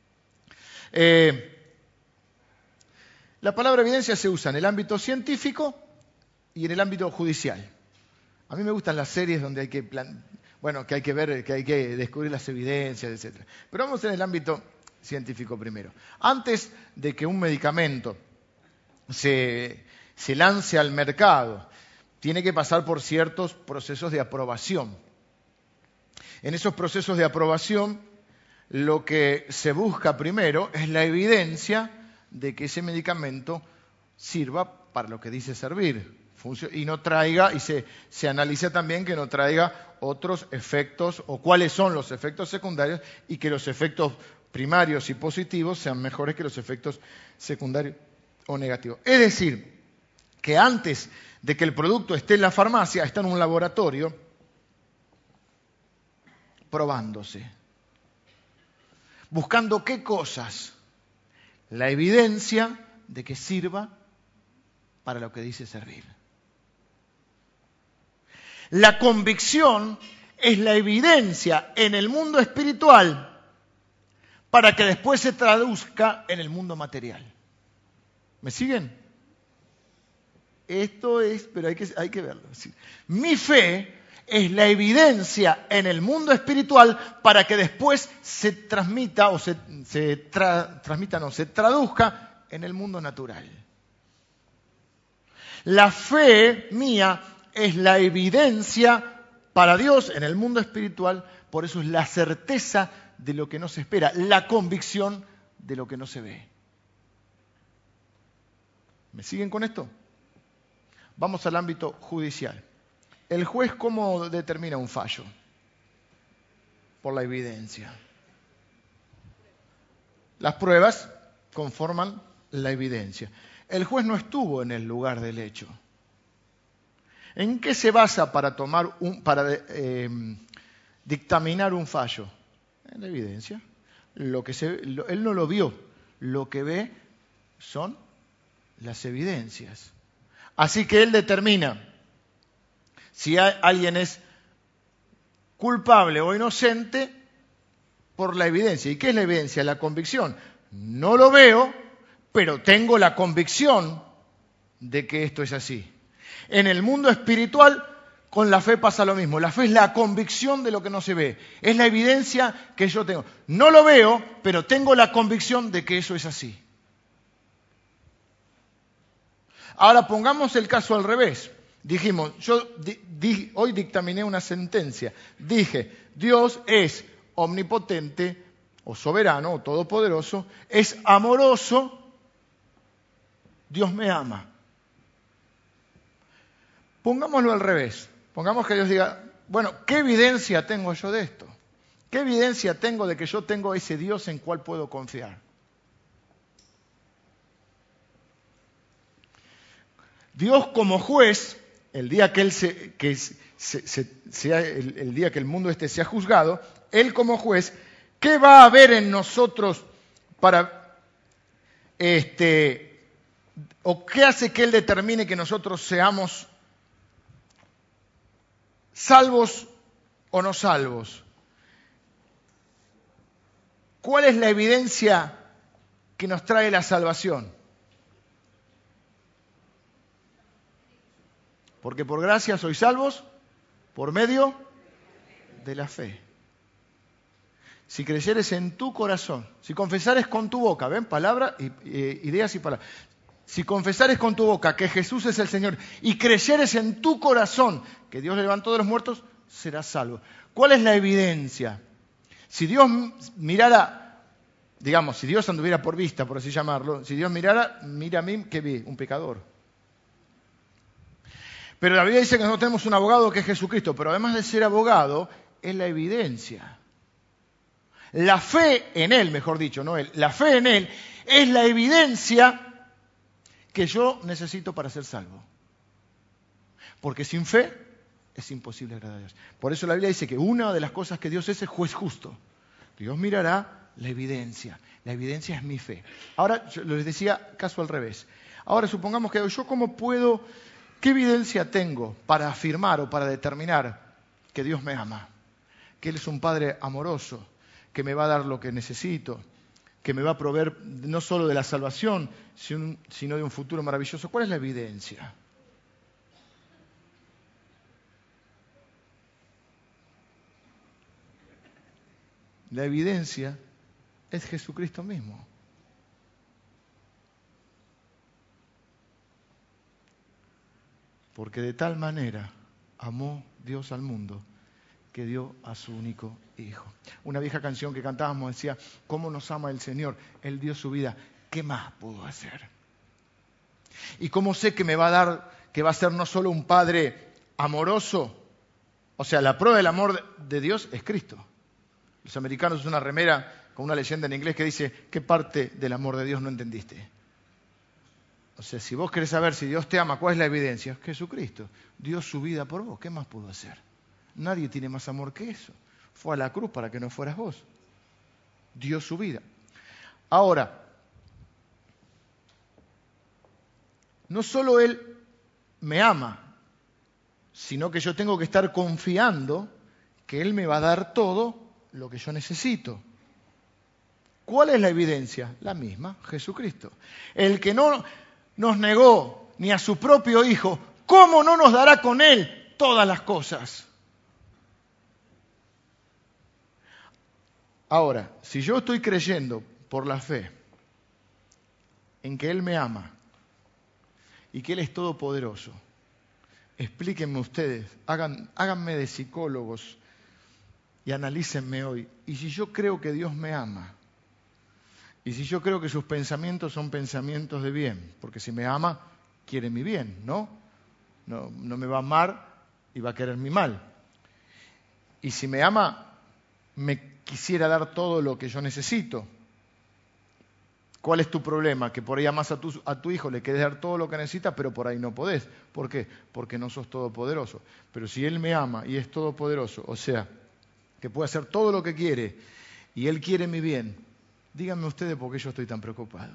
La palabra evidencia se usa en el ámbito científico y en el ámbito judicial. A mí me gustan las series donde hay que ver, que hay que descubrir las evidencias, etc. Pero vamos en el ámbito científico primero. Antes de que un medicamento se lance al mercado, tiene que pasar por ciertos procesos de aprobación. En esos procesos de aprobación, lo que se busca primero es la evidencia de que ese medicamento sirva para lo que dice servir. Y no traiga, y se analiza también que no traiga otros efectos, o cuáles son los efectos secundarios, y que los efectos primarios y positivos sean mejores que los efectos secundarios o negativos. Es decir, que antes de que el producto esté en la farmacia, está en un laboratorio probándose. ¿Buscando qué cosas? La evidencia de que sirva para lo que dice servir. La convicción es la evidencia en el mundo espiritual para que después se traduzca en el mundo material. ¿Me siguen? Esto es, pero hay que verlo. Mi fe es la evidencia en el mundo espiritual para que después se transmita o se traduzca en el mundo natural. La fe mía es la evidencia para Dios en el mundo espiritual, por eso es la certeza de lo que no se espera, la convicción de lo que no se ve. ¿Me siguen con esto? Vamos al ámbito judicial. ¿El juez cómo determina un fallo? Por la evidencia. Las pruebas conforman la evidencia. El juez no estuvo en el lugar del hecho. ¿En qué se basa para dictaminar un fallo? En la evidencia. Él no lo vio. Lo que ve son las evidencias. Así que él determina si alguien es culpable o inocente por la evidencia. ¿Y qué es la evidencia? La convicción. No lo veo, pero tengo la convicción de que esto es así. En el mundo espiritual, con la fe pasa lo mismo. La fe es la convicción de lo que no se ve. Es la evidencia que yo tengo. No lo veo, pero tengo la convicción de que eso es así. Ahora pongamos el caso al revés. Dijimos, hoy dictaminé una sentencia. Dije, Dios es omnipotente o soberano o todopoderoso, es amoroso, Dios me ama. Pongámoslo al revés. Pongamos que Dios diga, bueno, ¿qué evidencia tengo yo de esto? ¿Qué evidencia tengo de que yo tengo ese Dios en cual puedo confiar? Dios como juez el día que Él sea el día que el mundo sea juzgado, Él como juez, ¿qué va a haber en nosotros para o qué hace que Él determine que nosotros seamos salvos o no salvos? ¿Cuál es la evidencia que nos trae la salvación? Porque por gracia sois salvos por medio de la fe. Si creyeres en tu corazón, si confesares con tu boca, ¿ven? Palabra, ideas y palabras. Si confesares con tu boca que Jesús es el Señor y creyeres en tu corazón que Dios le levantó de los muertos, serás salvo. ¿Cuál es la evidencia? Si Dios mirara, digamos, si Dios anduviera por vista, por así llamarlo, si Dios mirara, mira a mí, ¿qué vi? Un pecador. Pero la Biblia dice que nosotros tenemos un abogado que es Jesucristo, pero además de ser abogado, es la evidencia. La fe en Él, mejor dicho, no Él, la fe en Él es la evidencia que yo necesito para ser salvo. Porque sin fe es imposible agradar a Dios. Por eso la Biblia dice que una de las cosas que Dios es juez justo. Dios mirará la evidencia. La evidencia es mi fe. Ahora, yo les decía caso al revés. Ahora supongamos que yo cómo puedo, qué evidencia tengo para afirmar o para determinar que Dios me ama. Que Él es un Padre amoroso, que me va a dar lo que necesito, que me va a proveer no solo de la salvación, sino de un futuro maravilloso. ¿Cuál es la evidencia? La evidencia es Jesucristo mismo. Porque de tal manera amó Dios al mundo que dio a su único Hijo. Una vieja canción que cantábamos decía, ¿cómo nos ama el Señor? Él dio su vida, ¿qué más pudo hacer? ¿Y cómo sé que me va a dar, que va a ser no solo un Padre amoroso? O sea, la prueba del amor de Dios es Cristo. Los americanos usan una remera con una leyenda en inglés que dice, ¿qué parte del amor de Dios no entendiste? O sea, si vos querés saber si Dios te ama, ¿cuál es la evidencia? Jesucristo dio su vida por vos, ¿qué más pudo hacer? Nadie tiene más amor que eso. Fue a la cruz para que no fueras vos. Dio su vida. Ahora, no solo Él me ama, sino que yo tengo que estar confiando que Él me va a dar todo lo que yo necesito. ¿Cuál es la evidencia? La misma, Jesucristo. El que no nos negó ni a su propio Hijo, ¿cómo no nos dará con Él todas las cosas? Ahora, si yo estoy creyendo por la fe en que Él me ama y que Él es todopoderoso, explíquenme ustedes, háganme de psicólogos y analícenme hoy. Y si yo creo que Dios me ama, y si yo creo que sus pensamientos son pensamientos de bien, porque si me ama, quiere mi bien, ¿no? No me va a amar y va a querer mi mal. Y si me ama, me quisiera dar todo lo que yo necesito. ¿Cuál es tu problema? Que por ahí amas a tu hijo, le querés dar todo lo que necesita, pero por ahí no podés. ¿Por qué? Porque no sos todopoderoso. Pero si Él me ama y es todopoderoso, o sea, que puede hacer todo lo que quiere y Él quiere mi bien, díganme ustedes por qué yo estoy tan preocupado.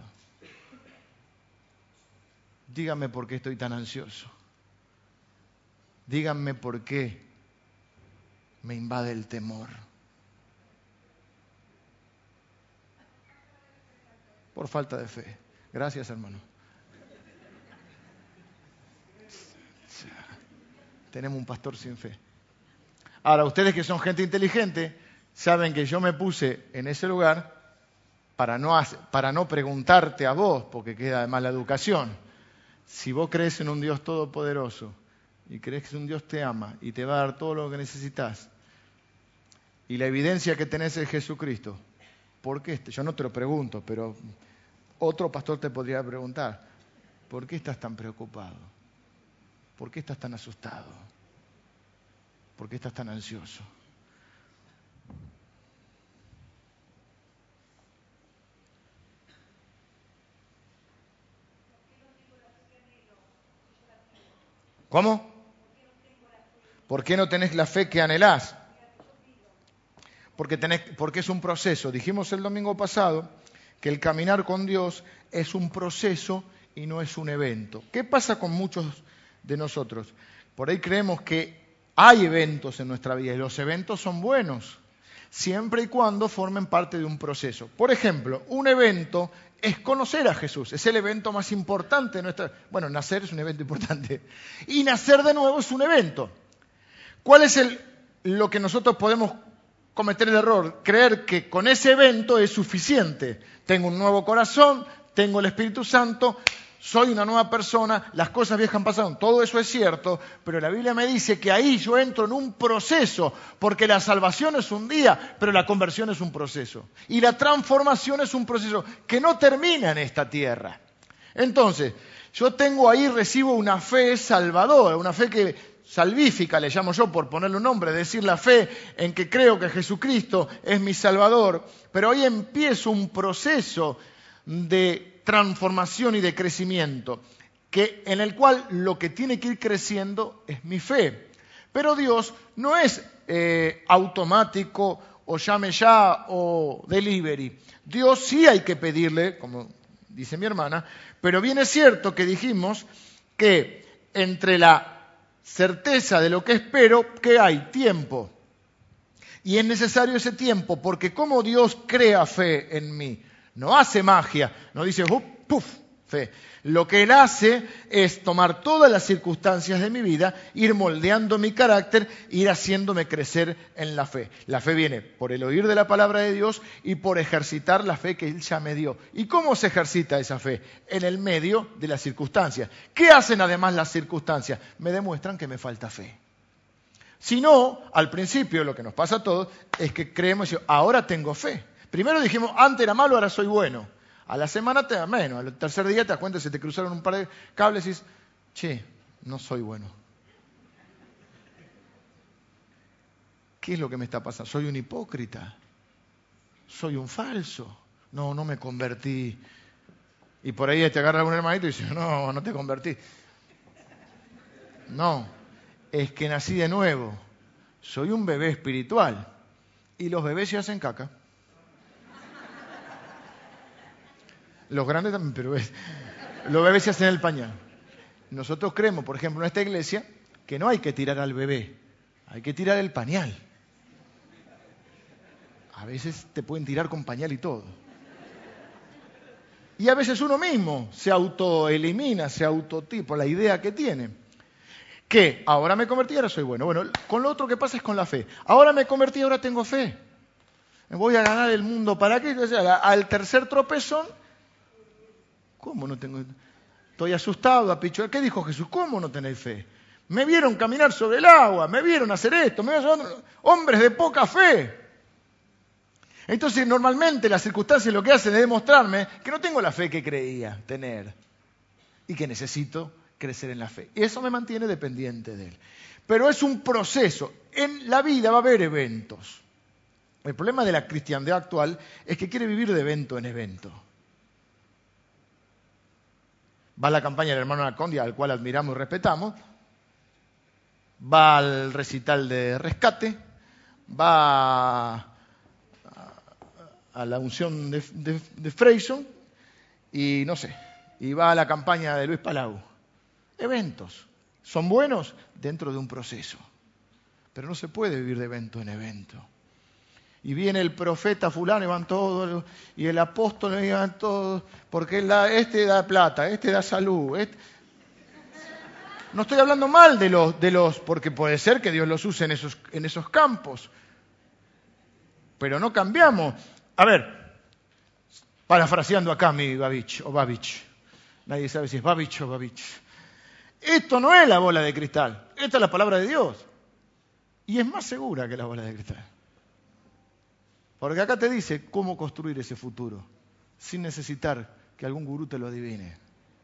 Díganme por qué estoy tan ansioso. Díganme por qué me invade el temor. Por falta de fe. Gracias, hermano. Tenemos un pastor sin fe. Ahora, ustedes que son gente inteligente, saben que yo me puse en ese lugar para no preguntarte a vos, porque queda de mala educación. Si vos crees en un Dios todopoderoso y crees que un Dios te ama y te va a dar todo lo que necesitas, y la evidencia que tenés es Jesucristo, ¿por qué? Yo no te lo pregunto, pero otro pastor te podría preguntar, ¿por qué estás tan preocupado? ¿Por qué estás tan asustado? ¿Por qué estás tan ansioso? ¿Cómo? ¿Por qué no tenés la fe que anhelás? Porque es un proceso. Dijimos el domingo pasado que el caminar con Dios es un proceso y no es un evento. ¿Qué pasa con muchos de nosotros? Por ahí creemos que hay eventos en nuestra vida y los eventos son buenos, siempre y cuando formen parte de un proceso. Por ejemplo, un evento es conocer a Jesús, es el evento más importante de nuestra... Bueno, nacer es un evento importante y nacer de nuevo es un evento. ¿Cuál es lo que nosotros podemos cometer el error? Creer que con ese evento es suficiente. Tengo un nuevo corazón, tengo el Espíritu Santo, soy una nueva persona, las cosas viejas pasaron, todo eso es cierto, pero la Biblia me dice que ahí yo entro en un proceso, porque la salvación es un día, pero la conversión es un proceso. Y la transformación es un proceso que no termina en esta tierra. Entonces, yo recibo una fe salvadora, una fe salvífica, le llamo yo por ponerle un nombre, es decir, la fe en que creo que Jesucristo es mi Salvador, pero ahí empiezo un proceso de transformación y de crecimiento, en el cual lo que tiene que ir creciendo es mi fe. Pero Dios no es automático o llame ya o delivery. Dios sí hay que pedirle, como dice mi hermana, pero bien es cierto que dijimos que entre la certeza de lo que espero, que hay tiempo. Y es necesario ese tiempo, porque como Dios crea fe en mí, no hace magia, no dice ¡puf! Fe. Lo que Él hace es tomar todas las circunstancias de mi vida, ir moldeando mi carácter, ir haciéndome crecer en la fe. La fe viene por el oír de la palabra de Dios y por ejercitar la fe que Él ya me dio. ¿Y cómo se ejercita esa fe? En el medio de las circunstancias. ¿Qué hacen además las circunstancias? Me demuestran que me falta fe. Si no, al principio lo que nos pasa a todos es que creemos, ahora tengo fe. Primero dijimos, antes era malo, ahora soy bueno. A la semana te da menos, al tercer día te das cuenta, se te cruzaron un par de cables y dices, che, no soy bueno. ¿Qué es lo que me está pasando? Soy un hipócrita, soy un falso, no me convertí. Y por ahí te agarra algún hermanito y dice, no te convertí. No, es que nací de nuevo, soy un bebé espiritual y los bebés se hacen caca. Los grandes también, pero los bebés se hacen el pañal. Nosotros creemos, por ejemplo, en esta iglesia, que no hay que tirar al bebé, hay que tirar el pañal. A veces te pueden tirar con pañal y todo. Y a veces uno mismo se autoelimina, se autotipa la idea que tiene. Que ahora me convertí, ahora soy bueno. Bueno, con lo otro que pasa es con la fe. Ahora me convertí, ahora tengo fe. Me voy a ganar el mundo. ¿Para qué? O sea, al tercer tropezón, ¿cómo no tengo? Estoy asustado, apichado. ¿Qué dijo Jesús? ¿Cómo no tenéis fe? Me vieron caminar sobre el agua, me vieron hacer esto, hombres de poca fe. Entonces, normalmente las circunstancias lo que hacen es demostrarme que no tengo la fe que creía tener y que necesito crecer en la fe. Y eso me mantiene dependiente de Él. Pero es un proceso. En la vida va a haber eventos. El problema de la cristiandad actual es que quiere vivir de evento en evento. Va a la campaña del hermano Anacondia, al cual admiramos y respetamos. Va al recital de rescate. Va a la unción de Freyson. Y no sé. Y va a la campaña de Luis Palau. Eventos. ¿Son buenos? Dentro de un proceso. Pero no se puede vivir de evento en evento. Y viene el profeta fulano y van todos, y el apóstol y van todos, porque este da plata, este da salud. No estoy hablando mal de los, porque puede ser que Dios los use en esos campos. Pero no cambiamos. A ver, parafraseando acá mi Babich o Babich. Nadie sabe si es Babich o Babich. Esto no es la bola de cristal, esta es la palabra de Dios. Y es más segura que la bola de cristal. Porque acá te dice cómo construir ese futuro, sin necesitar que algún gurú te lo adivine.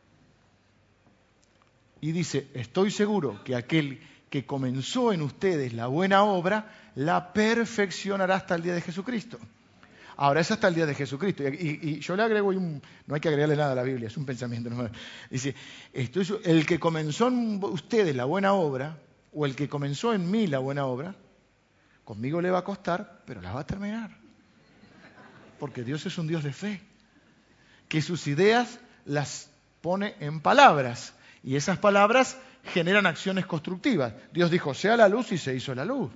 Y dice, estoy seguro que aquel que comenzó en ustedes la buena obra, la perfeccionará hasta el día de Jesucristo. Ahora es hasta el día de Jesucristo. Y yo le agrego, no hay que agregarle nada a la Biblia, es un pensamiento. No. Dice, el que comenzó en ustedes la buena obra, o el que comenzó en mí la buena obra, conmigo le va a costar, pero la va a terminar. Porque Dios es un Dios de fe, que sus ideas las pone en palabras, y esas palabras generan acciones constructivas. Dios dijo, sea la luz, y se hizo la luz.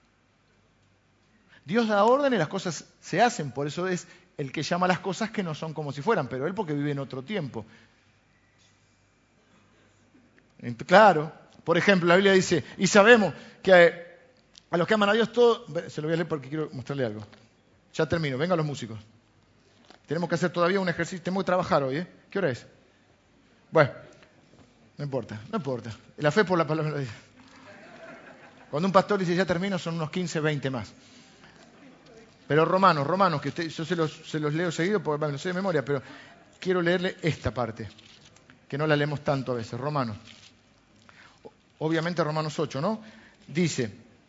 Dios da orden y las cosas se hacen, por eso es el que llama las cosas que no son como si fueran, pero Él porque vive en otro tiempo. Claro, por ejemplo, la Biblia dice, y sabemos que a los que aman a Dios todo, se lo voy a leer porque quiero mostrarle algo. Ya termino, vengan los músicos. Tenemos que hacer todavía un ejercicio, tenemos que trabajar hoy, ¿eh? ¿Qué hora es? Bueno, no importa. La fe por la palabra de Dios. Cuando un pastor dice ya termino, son unos 15, 20 más. Pero Romanos, que yo se los leo seguido porque me lo sé de memoria, pero quiero leerle esta parte, que no la leemos tanto a veces. Romanos. Obviamente Romanos 8, ¿no? Dice,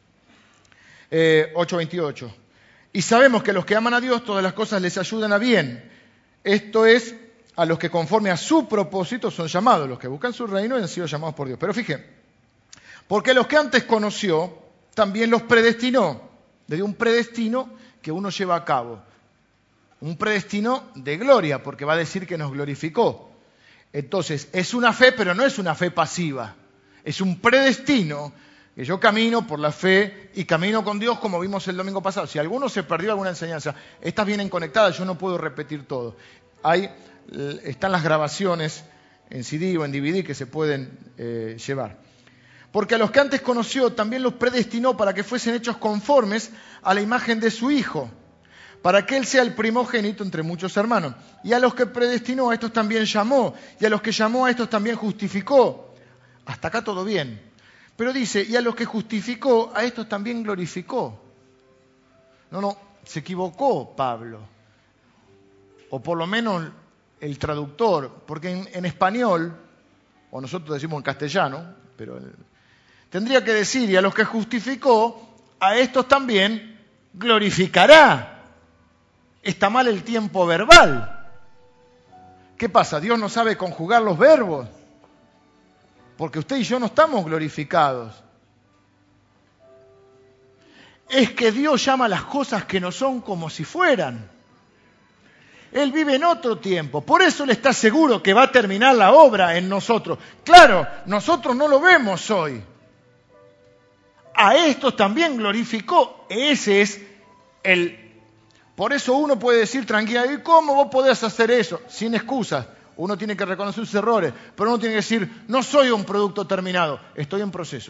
8:28. Y sabemos que a los que aman a Dios todas las cosas les ayudan a bien. Esto es, a los que conforme a su propósito son llamados, los que buscan su reino y han sido llamados por Dios. Pero fíjense, porque los que antes conoció, también los predestinó. Le dio un predestino que uno lleva a cabo. Un predestino de gloria, porque va a decir que nos glorificó. Entonces, es una fe, pero no es una fe pasiva. Es un predestino que yo camino por la fe y camino con Dios como vimos el domingo pasado. Si alguno se perdió alguna enseñanza, estas vienen conectadas, yo no puedo repetir todo. Están las grabaciones en CD o en DVD que se pueden llevar. Porque a los que antes conoció también los predestinó para que fuesen hechos conformes a la imagen de su Hijo, para que Él sea el primogénito entre muchos hermanos. Y a los que predestinó a estos también llamó, y a los que llamó a estos también justificó. Hasta acá todo bien. Pero dice, y a los que justificó, a estos también glorificó. No, se equivocó Pablo. O por lo menos el traductor, porque en español, o nosotros decimos en castellano, pero tendría que decir, y a los que justificó, a estos también glorificará. Está mal el tiempo verbal. ¿Qué pasa? Dios no sabe conjugar los verbos. Porque usted y yo no estamos glorificados. Es que Dios llama a las cosas que no son como si fueran. Él vive en otro tiempo. Por eso Él está seguro que va a terminar la obra en nosotros. Claro, nosotros no lo vemos hoy. A estos también glorificó. Ese es el... Por eso uno puede decir tranquila, ¿y cómo vos podés hacer eso? Sin excusas. Uno tiene que reconocer sus errores, pero uno tiene que decir, no soy un producto terminado, estoy en proceso.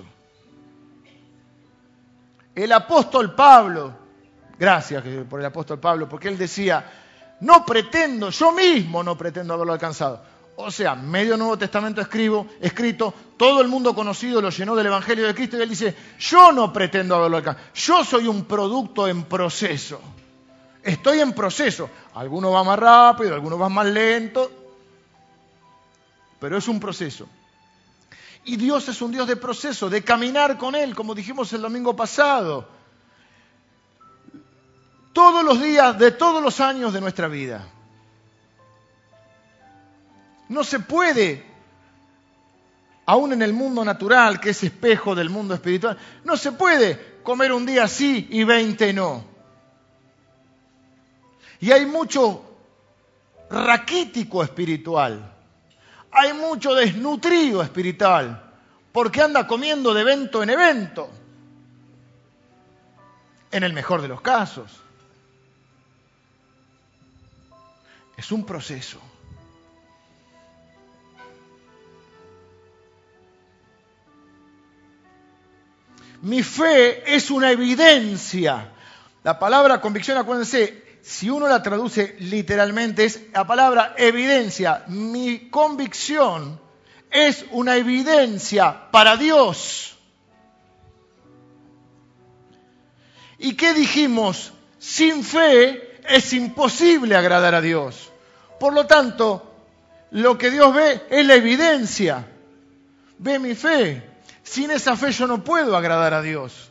El apóstol Pablo, gracias por el apóstol Pablo, porque él decía, yo mismo no pretendo haberlo alcanzado. O sea, medio Nuevo Testamento escrito, todo el mundo conocido lo llenó del Evangelio de Cristo y él dice, yo no pretendo haberlo alcanzado, yo soy un producto en proceso. Estoy en proceso. Alguno va más rápido, alguno va más lento, pero es un proceso. Y Dios es un Dios de proceso, de caminar con Él, como dijimos el domingo pasado. Todos los días de todos los años de nuestra vida. No se puede, aún en el mundo natural, que es espejo del mundo espiritual, no se puede comer un día sí y 20 no. Y hay mucho raquítico espiritual. Hay mucho desnutrido espiritual, porque anda comiendo de evento en evento, en el mejor de los casos. Es un proceso. Mi fe es una evidencia. La palabra convicción, acuérdense, si uno la traduce literalmente, es la palabra evidencia. Mi convicción es una evidencia para Dios. ¿Y qué dijimos? Sin fe es imposible agradar a Dios. Por lo tanto, lo que Dios ve es la evidencia. Ve mi fe. Sin esa fe yo no puedo agradar a Dios.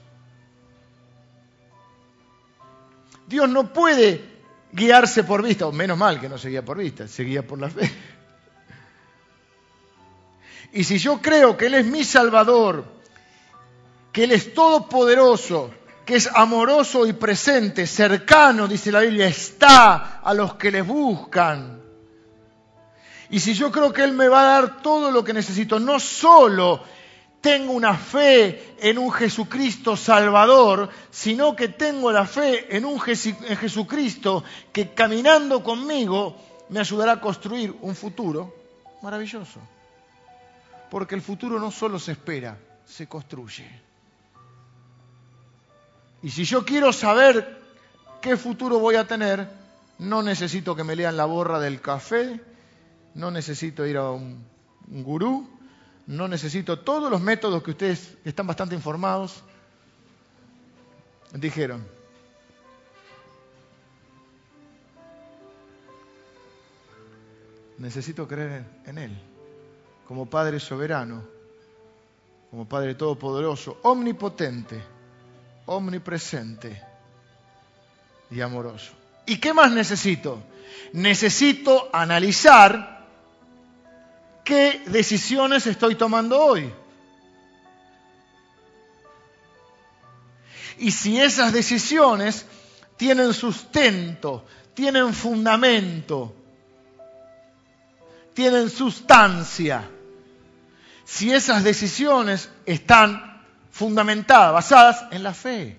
Dios no puede guiarse por vista, o menos mal que no se guía por vista, se guía por la fe. Y si yo creo que Él es mi Salvador que Él es todopoderoso, que es amoroso y presente, cercano, dice la Biblia, está a los que les buscan. Y si yo creo que Él me va a dar todo lo que necesito, no solo tengo una fe en un Jesucristo Salvador, sino que tengo la fe en en Jesucristo que caminando conmigo me ayudará a construir un futuro maravilloso. Porque el futuro no solo se espera, se construye. Y si yo quiero saber qué futuro voy a tener, no necesito que me lean la borra del café, no necesito ir a un gurú, no necesito todos los métodos que ustedes están bastante informados dijeron. Necesito creer en Él, como Padre soberano, como Padre todopoderoso, omnipotente, omnipresente y amoroso. ¿Y qué más necesito? Necesito analizar qué decisiones estoy tomando hoy. Y si esas decisiones tienen sustento, tienen fundamento, tienen sustancia, si esas decisiones están fundamentadas, basadas en la fe.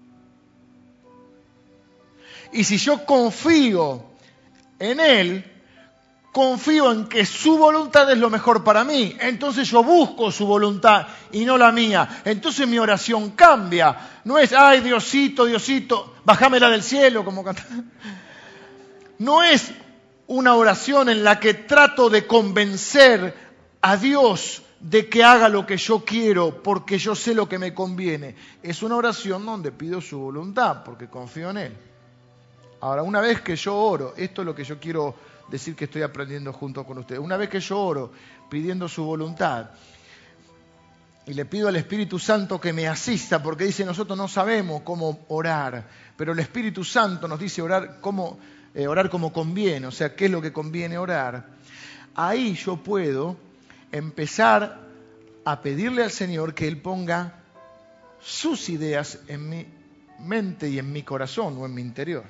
Y si yo confío en Él, confío en que su voluntad es lo mejor para mí. Entonces yo busco su voluntad y no la mía. Entonces mi oración cambia. No es, ay Diosito, Diosito, bájamela del cielo, como cantaba. No es una oración en la que trato de convencer a Dios de que haga lo que yo quiero porque yo sé lo que me conviene. Es una oración donde pido su voluntad porque confío en Él. Ahora, una vez que yo oro, esto es lo que yo quiero decir que estoy aprendiendo junto con ustedes. Una vez que yo oro pidiendo su voluntad y le pido al Espíritu Santo que me asista, porque dice nosotros no sabemos cómo orar, pero el Espíritu Santo nos dice orar como conviene, o sea, qué es lo que conviene orar. Ahí yo puedo empezar a pedirle al Señor que Él ponga sus ideas en mi mente y en mi corazón o en mi interior.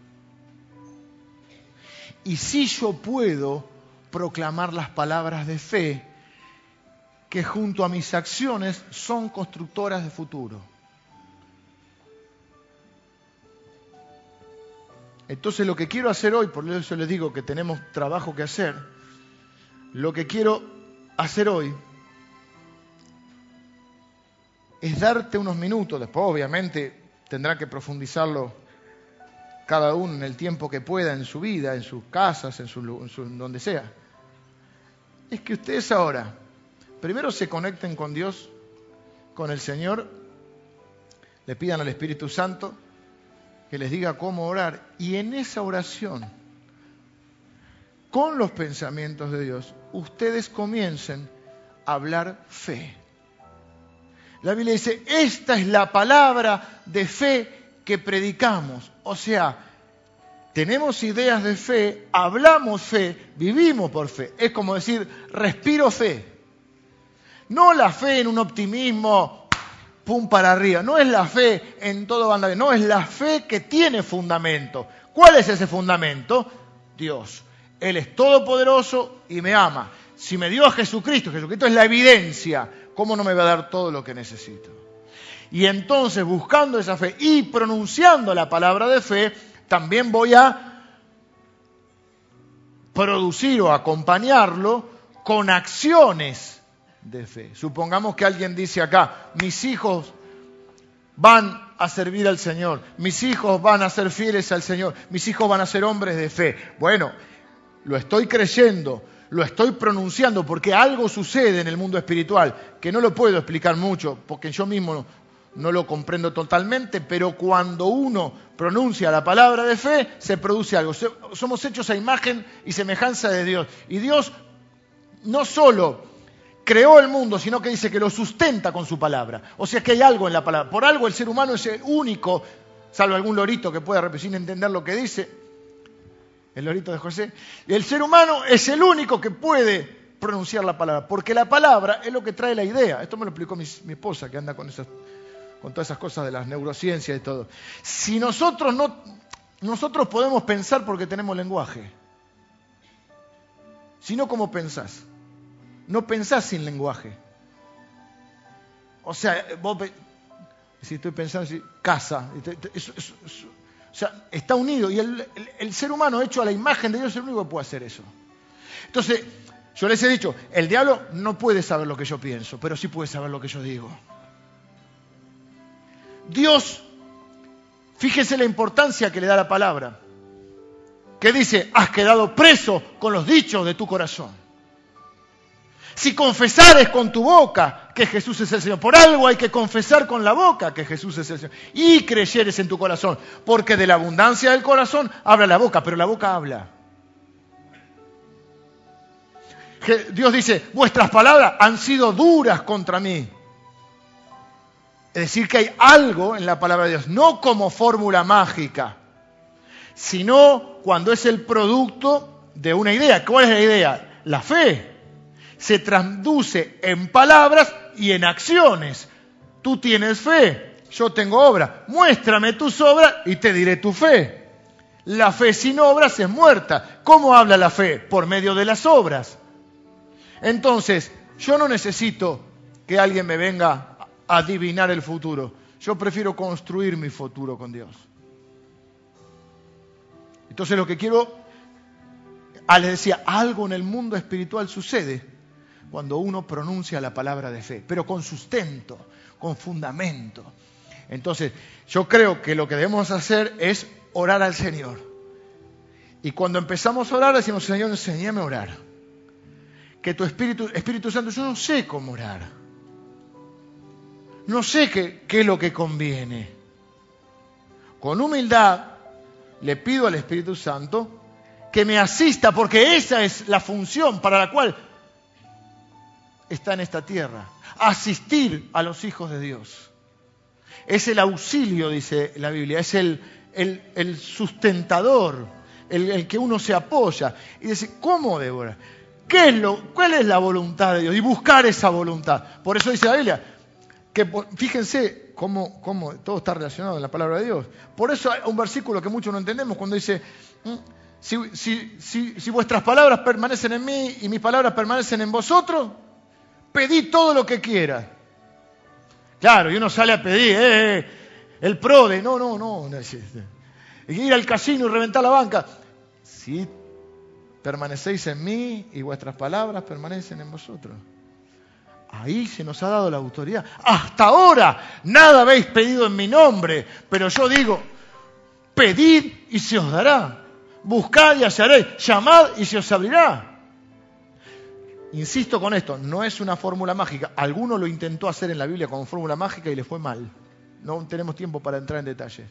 Y si yo puedo proclamar las palabras de fe que junto a mis acciones son constructoras de futuro. Entonces lo que quiero hacer hoy, por eso les digo que tenemos trabajo que hacer, lo que quiero hacer hoy es darte unos minutos, después obviamente tendrá que profundizarlo cada uno en el tiempo que pueda en su vida, en sus casas, en donde sea. Es que ustedes ahora, primero se conecten con Dios, con el Señor, le pidan al Espíritu Santo que les diga cómo orar, y en esa oración, con los pensamientos de Dios, ustedes comiencen a hablar fe. La Biblia dice, esta es la palabra de fe que predicamos. O sea, tenemos ideas de fe, hablamos fe, vivimos por fe. Es como decir, respiro fe. No la fe en un optimismo, pum para arriba. No es la fe en todo banda bien. No, es la fe que tiene fundamento. ¿Cuál es ese fundamento? Dios. Él es todopoderoso y me ama. Si me dio a Jesucristo, Jesucristo es la evidencia, ¿cómo no me va a dar todo lo que necesito? Y entonces, buscando esa fe y pronunciando la palabra de fe, también voy a producir o acompañarlo con acciones de fe. Supongamos que alguien dice acá, mis hijos van a servir al Señor, mis hijos van a ser fieles al Señor, mis hijos van a ser hombres de fe. Bueno, lo estoy creyendo, lo estoy pronunciando porque algo sucede en el mundo espiritual que no lo puedo explicar mucho porque yo mismo no lo comprendo totalmente, pero cuando uno pronuncia la palabra de fe, se produce algo. Somos hechos a imagen y semejanza de Dios. Y Dios no solo creó el mundo, sino que dice que lo sustenta con su palabra. O sea que hay algo en la palabra. Por algo el ser humano es el único, salvo algún lorito que pueda repetir sin entender lo que dice, el lorito de José. El ser humano es el único que puede pronunciar la palabra? Porque la palabra es lo que trae la idea. Esto me lo explicó mi esposa, que anda con todas esas cosas de las neurociencias y todo. Si nosotros podemos pensar porque tenemos lenguaje. Si no, ¿cómo pensás? No pensás sin lenguaje. O sea, si estoy pensando, casa, o sea, está unido. Y el ser humano hecho a la imagen de Dios es el único que puede hacer eso. Entonces, yo les he dicho, el diablo no puede saber lo que yo pienso, pero sí puede saber lo que yo digo. Dios, fíjese la importancia que le da la palabra, que dice, has quedado preso con los dichos de tu corazón. Si confesares con tu boca que Jesús es el Señor, por algo hay que confesar con la boca que Jesús es el Señor, y creyeres en tu corazón, porque de la abundancia del corazón habla la boca, pero la boca habla. Dios dice, vuestras palabras han sido duras contra mí. Es decir, que hay algo en la palabra de Dios, no como fórmula mágica, sino cuando es el producto de una idea. ¿Cuál es la idea? La fe se traduce en palabras y en acciones. Tú tienes fe, yo tengo obra. Muéstrame tus obras y te diré tu fe. La fe sin obras es muerta. ¿Cómo habla la fe? Por medio de las obras. Entonces, yo no necesito que alguien me venga a adivinar el futuro. Yo prefiero construir mi futuro con Dios. Entonces lo que quiero, les decía, algo en el mundo espiritual sucede cuando uno pronuncia la palabra de fe, pero con sustento, con fundamento. Entonces, yo creo que lo que debemos hacer es orar al Señor. Y cuando empezamos a orar, decimos, Señor, enséñame a orar. Que tu Espíritu Santo, yo no sé cómo orar. No sé qué es lo que conviene. Con humildad le pido al Espíritu Santo que me asista, porque esa es la función para la cual está en esta tierra. Asistir a los hijos de Dios. Es el auxilio, dice la Biblia, es el sustentador, el que uno se apoya. Y dice, ¿cómo debo orar? ¿Cuál es la voluntad de Dios? Y buscar esa voluntad. Por eso dice la Biblia, que fíjense cómo todo está relacionado en la palabra de Dios. Por eso hay un versículo que muchos no entendemos cuando dice, si vuestras palabras permanecen en mí y mis palabras permanecen en vosotros, pedid todo lo que quieras. Claro, y uno sale a pedir, el PRODE, no. Ir al casino y reventar la banca. Si permanecéis en mí y vuestras palabras permanecen en vosotros. Ahí se nos ha dado la autoridad. Hasta ahora nada habéis pedido en mi nombre, pero yo digo, pedid y se os dará. Buscad y hallaréis. Llamad y se os abrirá. Insisto con esto, no es una fórmula mágica. Alguno lo intentó hacer en la Biblia con fórmula mágica y le fue mal. No tenemos tiempo para entrar en detalles.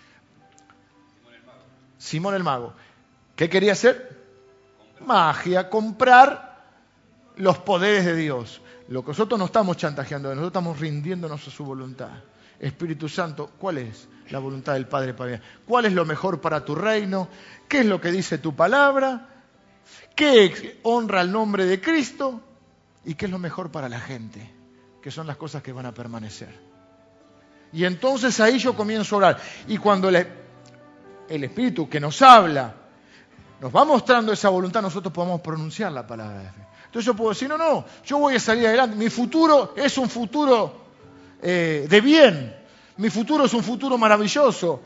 Simón el Mago. ¿Qué quería hacer? Magia, comprar los poderes de Dios. Lo que nosotros no estamos chantajeando, nosotros estamos rindiéndonos a su voluntad. Espíritu Santo, ¿cuál es la voluntad del Padre para mí? ¿Cuál es lo mejor para tu reino? ¿Qué es lo que dice tu palabra? ¿Qué honra el nombre de Cristo? ¿Y qué es lo mejor para la gente? Que son las cosas que van a permanecer. Y entonces ahí yo comienzo a orar. Y cuando el Espíritu que nos habla nos va mostrando esa voluntad, nosotros podemos pronunciar la palabra de fe. Entonces yo puedo decir, no, yo voy a salir adelante. Mi futuro es un futuro de bien. Mi futuro es un futuro maravilloso.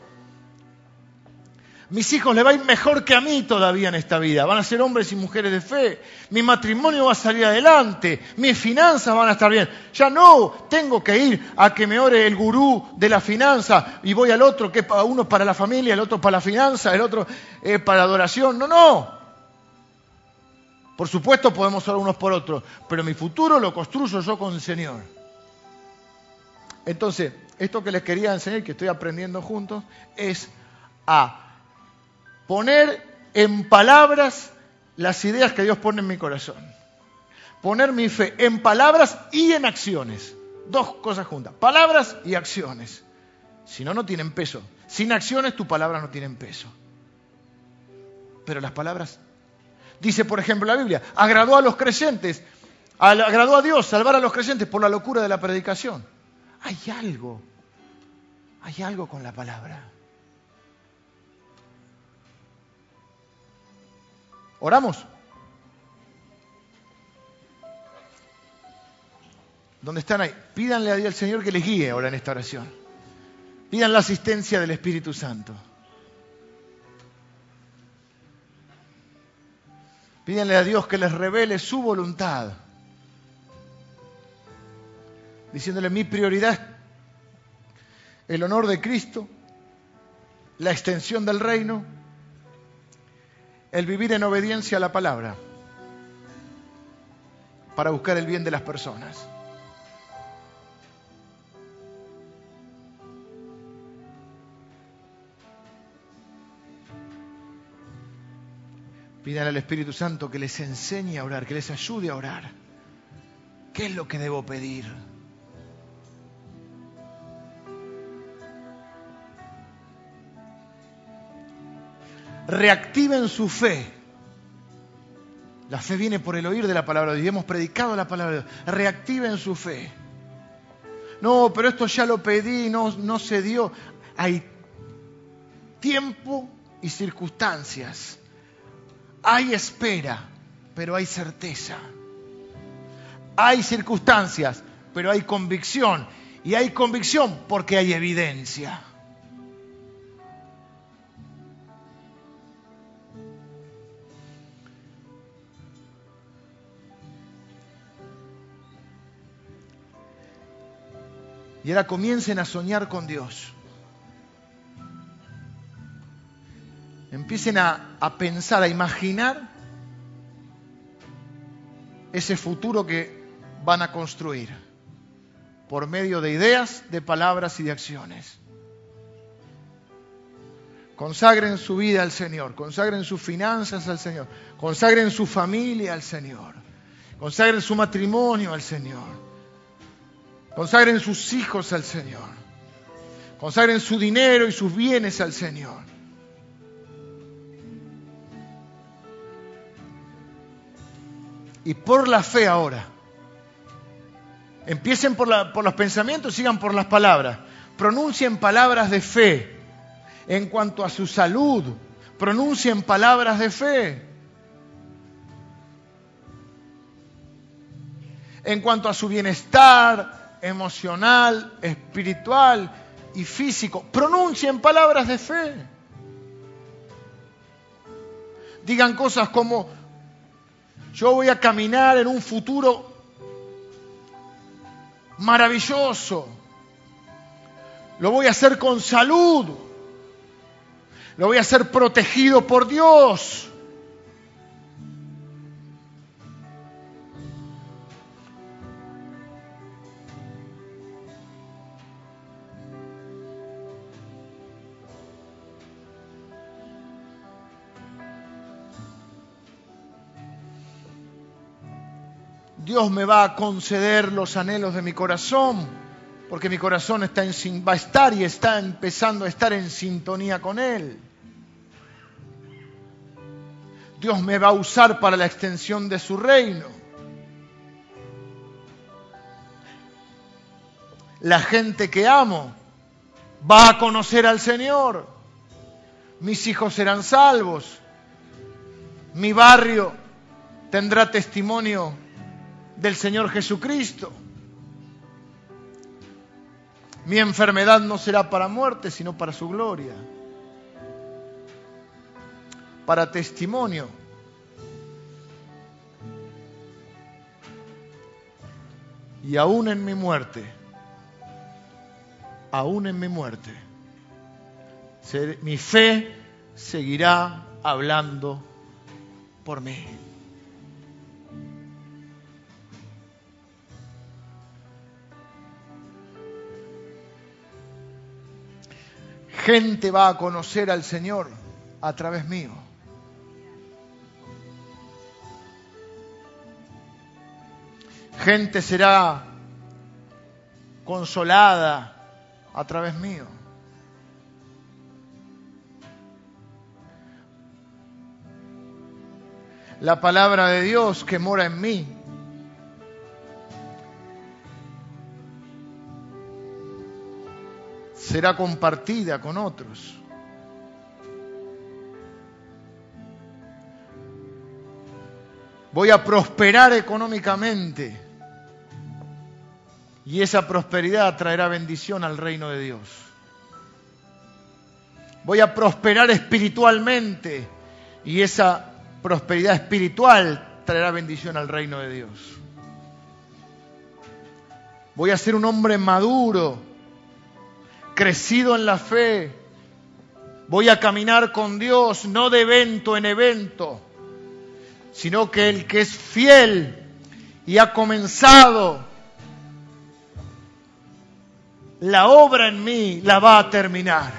Mis hijos les va a ir mejor que a mí todavía en esta vida. Van a ser hombres y mujeres de fe. Mi matrimonio va a salir adelante. Mis finanzas van a estar bien. Ya no tengo que ir a que me ore el gurú de la finanza y voy al otro, que uno para la familia, el otro para la finanza, el otro para la adoración. No. Por supuesto podemos orar unos por otros, pero mi futuro lo construyo yo con el Señor. Entonces, esto que les quería enseñar, que estoy aprendiendo juntos, es a poner en palabras las ideas que Dios pone en mi corazón. Poner mi fe en palabras y en acciones. Dos cosas juntas. Palabras y acciones. Si no, no tienen peso. Sin acciones, tus palabras no tienen peso. Pero las palabras, Dice, por ejemplo, la Biblia, agradó a los creyentes, agradó a Dios salvar a los creyentes por la locura de la predicación. Hay algo con la palabra. ¿Oramos? ¿Dónde están ahí? Pídanle al Señor que les guíe ahora en esta oración. Pidan la asistencia del Espíritu Santo. Pídanle a Dios que les revele su voluntad. Diciéndole, mi prioridad es el honor de Cristo, la extensión del reino, el vivir en obediencia a la palabra, para buscar el bien de las personas. Pidan al Espíritu Santo que les enseñe a orar, que les ayude a orar. ¿Qué es lo que debo pedir? Reactiven su fe. La fe viene por el oír de la palabra de Dios. Hemos predicado la palabra de Dios. Reactiven su fe. No, pero esto ya lo pedí, no se dio. Hay tiempo y circunstancias. Hay espera, pero hay certeza. Hay circunstancias, pero hay convicción. Y hay convicción porque hay evidencia. Y ahora comiencen a soñar con Dios. Empiecen a pensar, a imaginar ese futuro que van a construir por medio de ideas, de palabras y de acciones. Consagren su vida al Señor, consagren sus finanzas al Señor, consagren su familia al Señor, consagren su matrimonio al Señor, consagren sus hijos al Señor, consagren su dinero y sus bienes al Señor. Y por la fe ahora, empiecen por los pensamientos, sigan por las palabras. Pronuncien palabras de fe en cuanto a su salud. Pronuncien palabras de fe en cuanto a su bienestar emocional, espiritual y físico. Pronuncien palabras de fe. Digan cosas como: yo voy a caminar en un futuro maravilloso. Lo voy a hacer con salud. Lo voy a hacer protegido por Dios. Dios me va a conceder los anhelos de mi corazón, porque mi corazón va a estar y está empezando a estar en sintonía con Él. Dios me va a usar para la extensión de su reino. La gente que amo va a conocer al Señor. Mis hijos serán salvos. Mi barrio tendrá testimonio del Señor Jesucristo. Mi enfermedad no será para muerte, sino para su gloria, para testimonio. Y aún en mi muerte, mi fe seguirá hablando por mí. Gente va a conocer al Señor a través mío. Gente será consolada a través mío. la palabra de Dios que mora en mí. Será compartida con otros. Voy a prosperar económicamente y esa prosperidad traerá bendición al reino de Dios. Voy a prosperar espiritualmente y esa prosperidad espiritual traerá bendición al reino de Dios. Voy a ser un hombre maduro, crecido en la fe. Voy a caminar con Dios, no de evento en evento, sino que el que es fiel y ha comenzado la obra en mí, la va a terminar.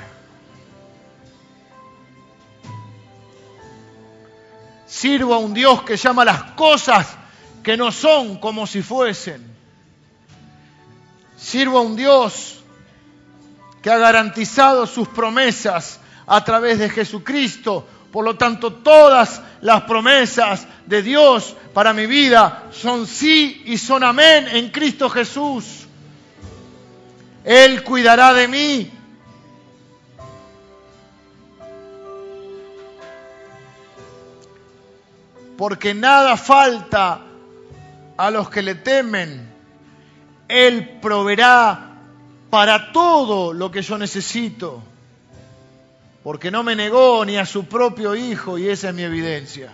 Sirvo a un Dios que llama las cosas que no son como si fuesen. Sirvo a un Dios que ha garantizado sus promesas a través de Jesucristo. Por lo tanto, todas las promesas de Dios para mi vida son sí y son amén en Cristo Jesús. Él cuidará de mí. Porque nada falta a los que le temen. Él proveerá para todo lo que yo necesito. Porque no me negó ni a su propio Hijo, y esa es mi evidencia.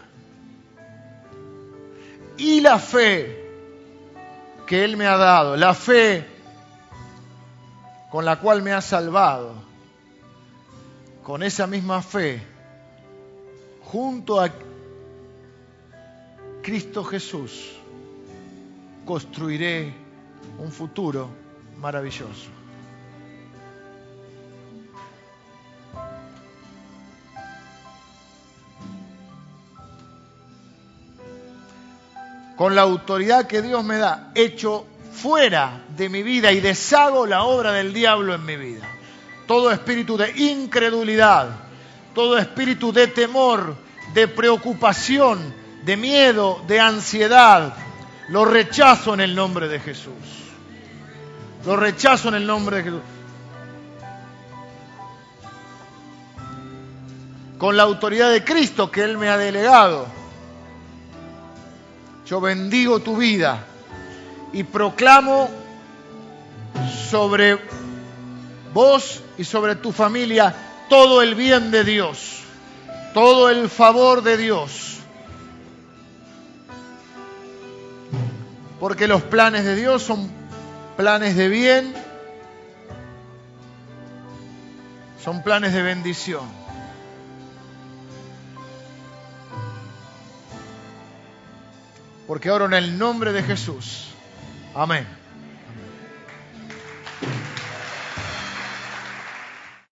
Y la fe que Él me ha dado, la fe con la cual me ha salvado, con esa misma fe, junto a Cristo Jesús, construiré un futuro maravilloso. Con la autoridad que Dios me da, echo fuera de mi vida y deshago la obra del diablo en mi vida. Todo espíritu de incredulidad, todo espíritu de temor, de preocupación, de miedo, de ansiedad, lo rechazo en el nombre de Jesús. Lo rechazo en el nombre de Jesús. Con la autoridad de Cristo que Él me ha delegado, yo bendigo tu vida y proclamo sobre vos y sobre tu familia todo el bien de Dios, todo el favor de Dios. Porque los planes de Dios son planes de bien, son planes de bendición. Porque oro en el nombre de Jesús. Amén.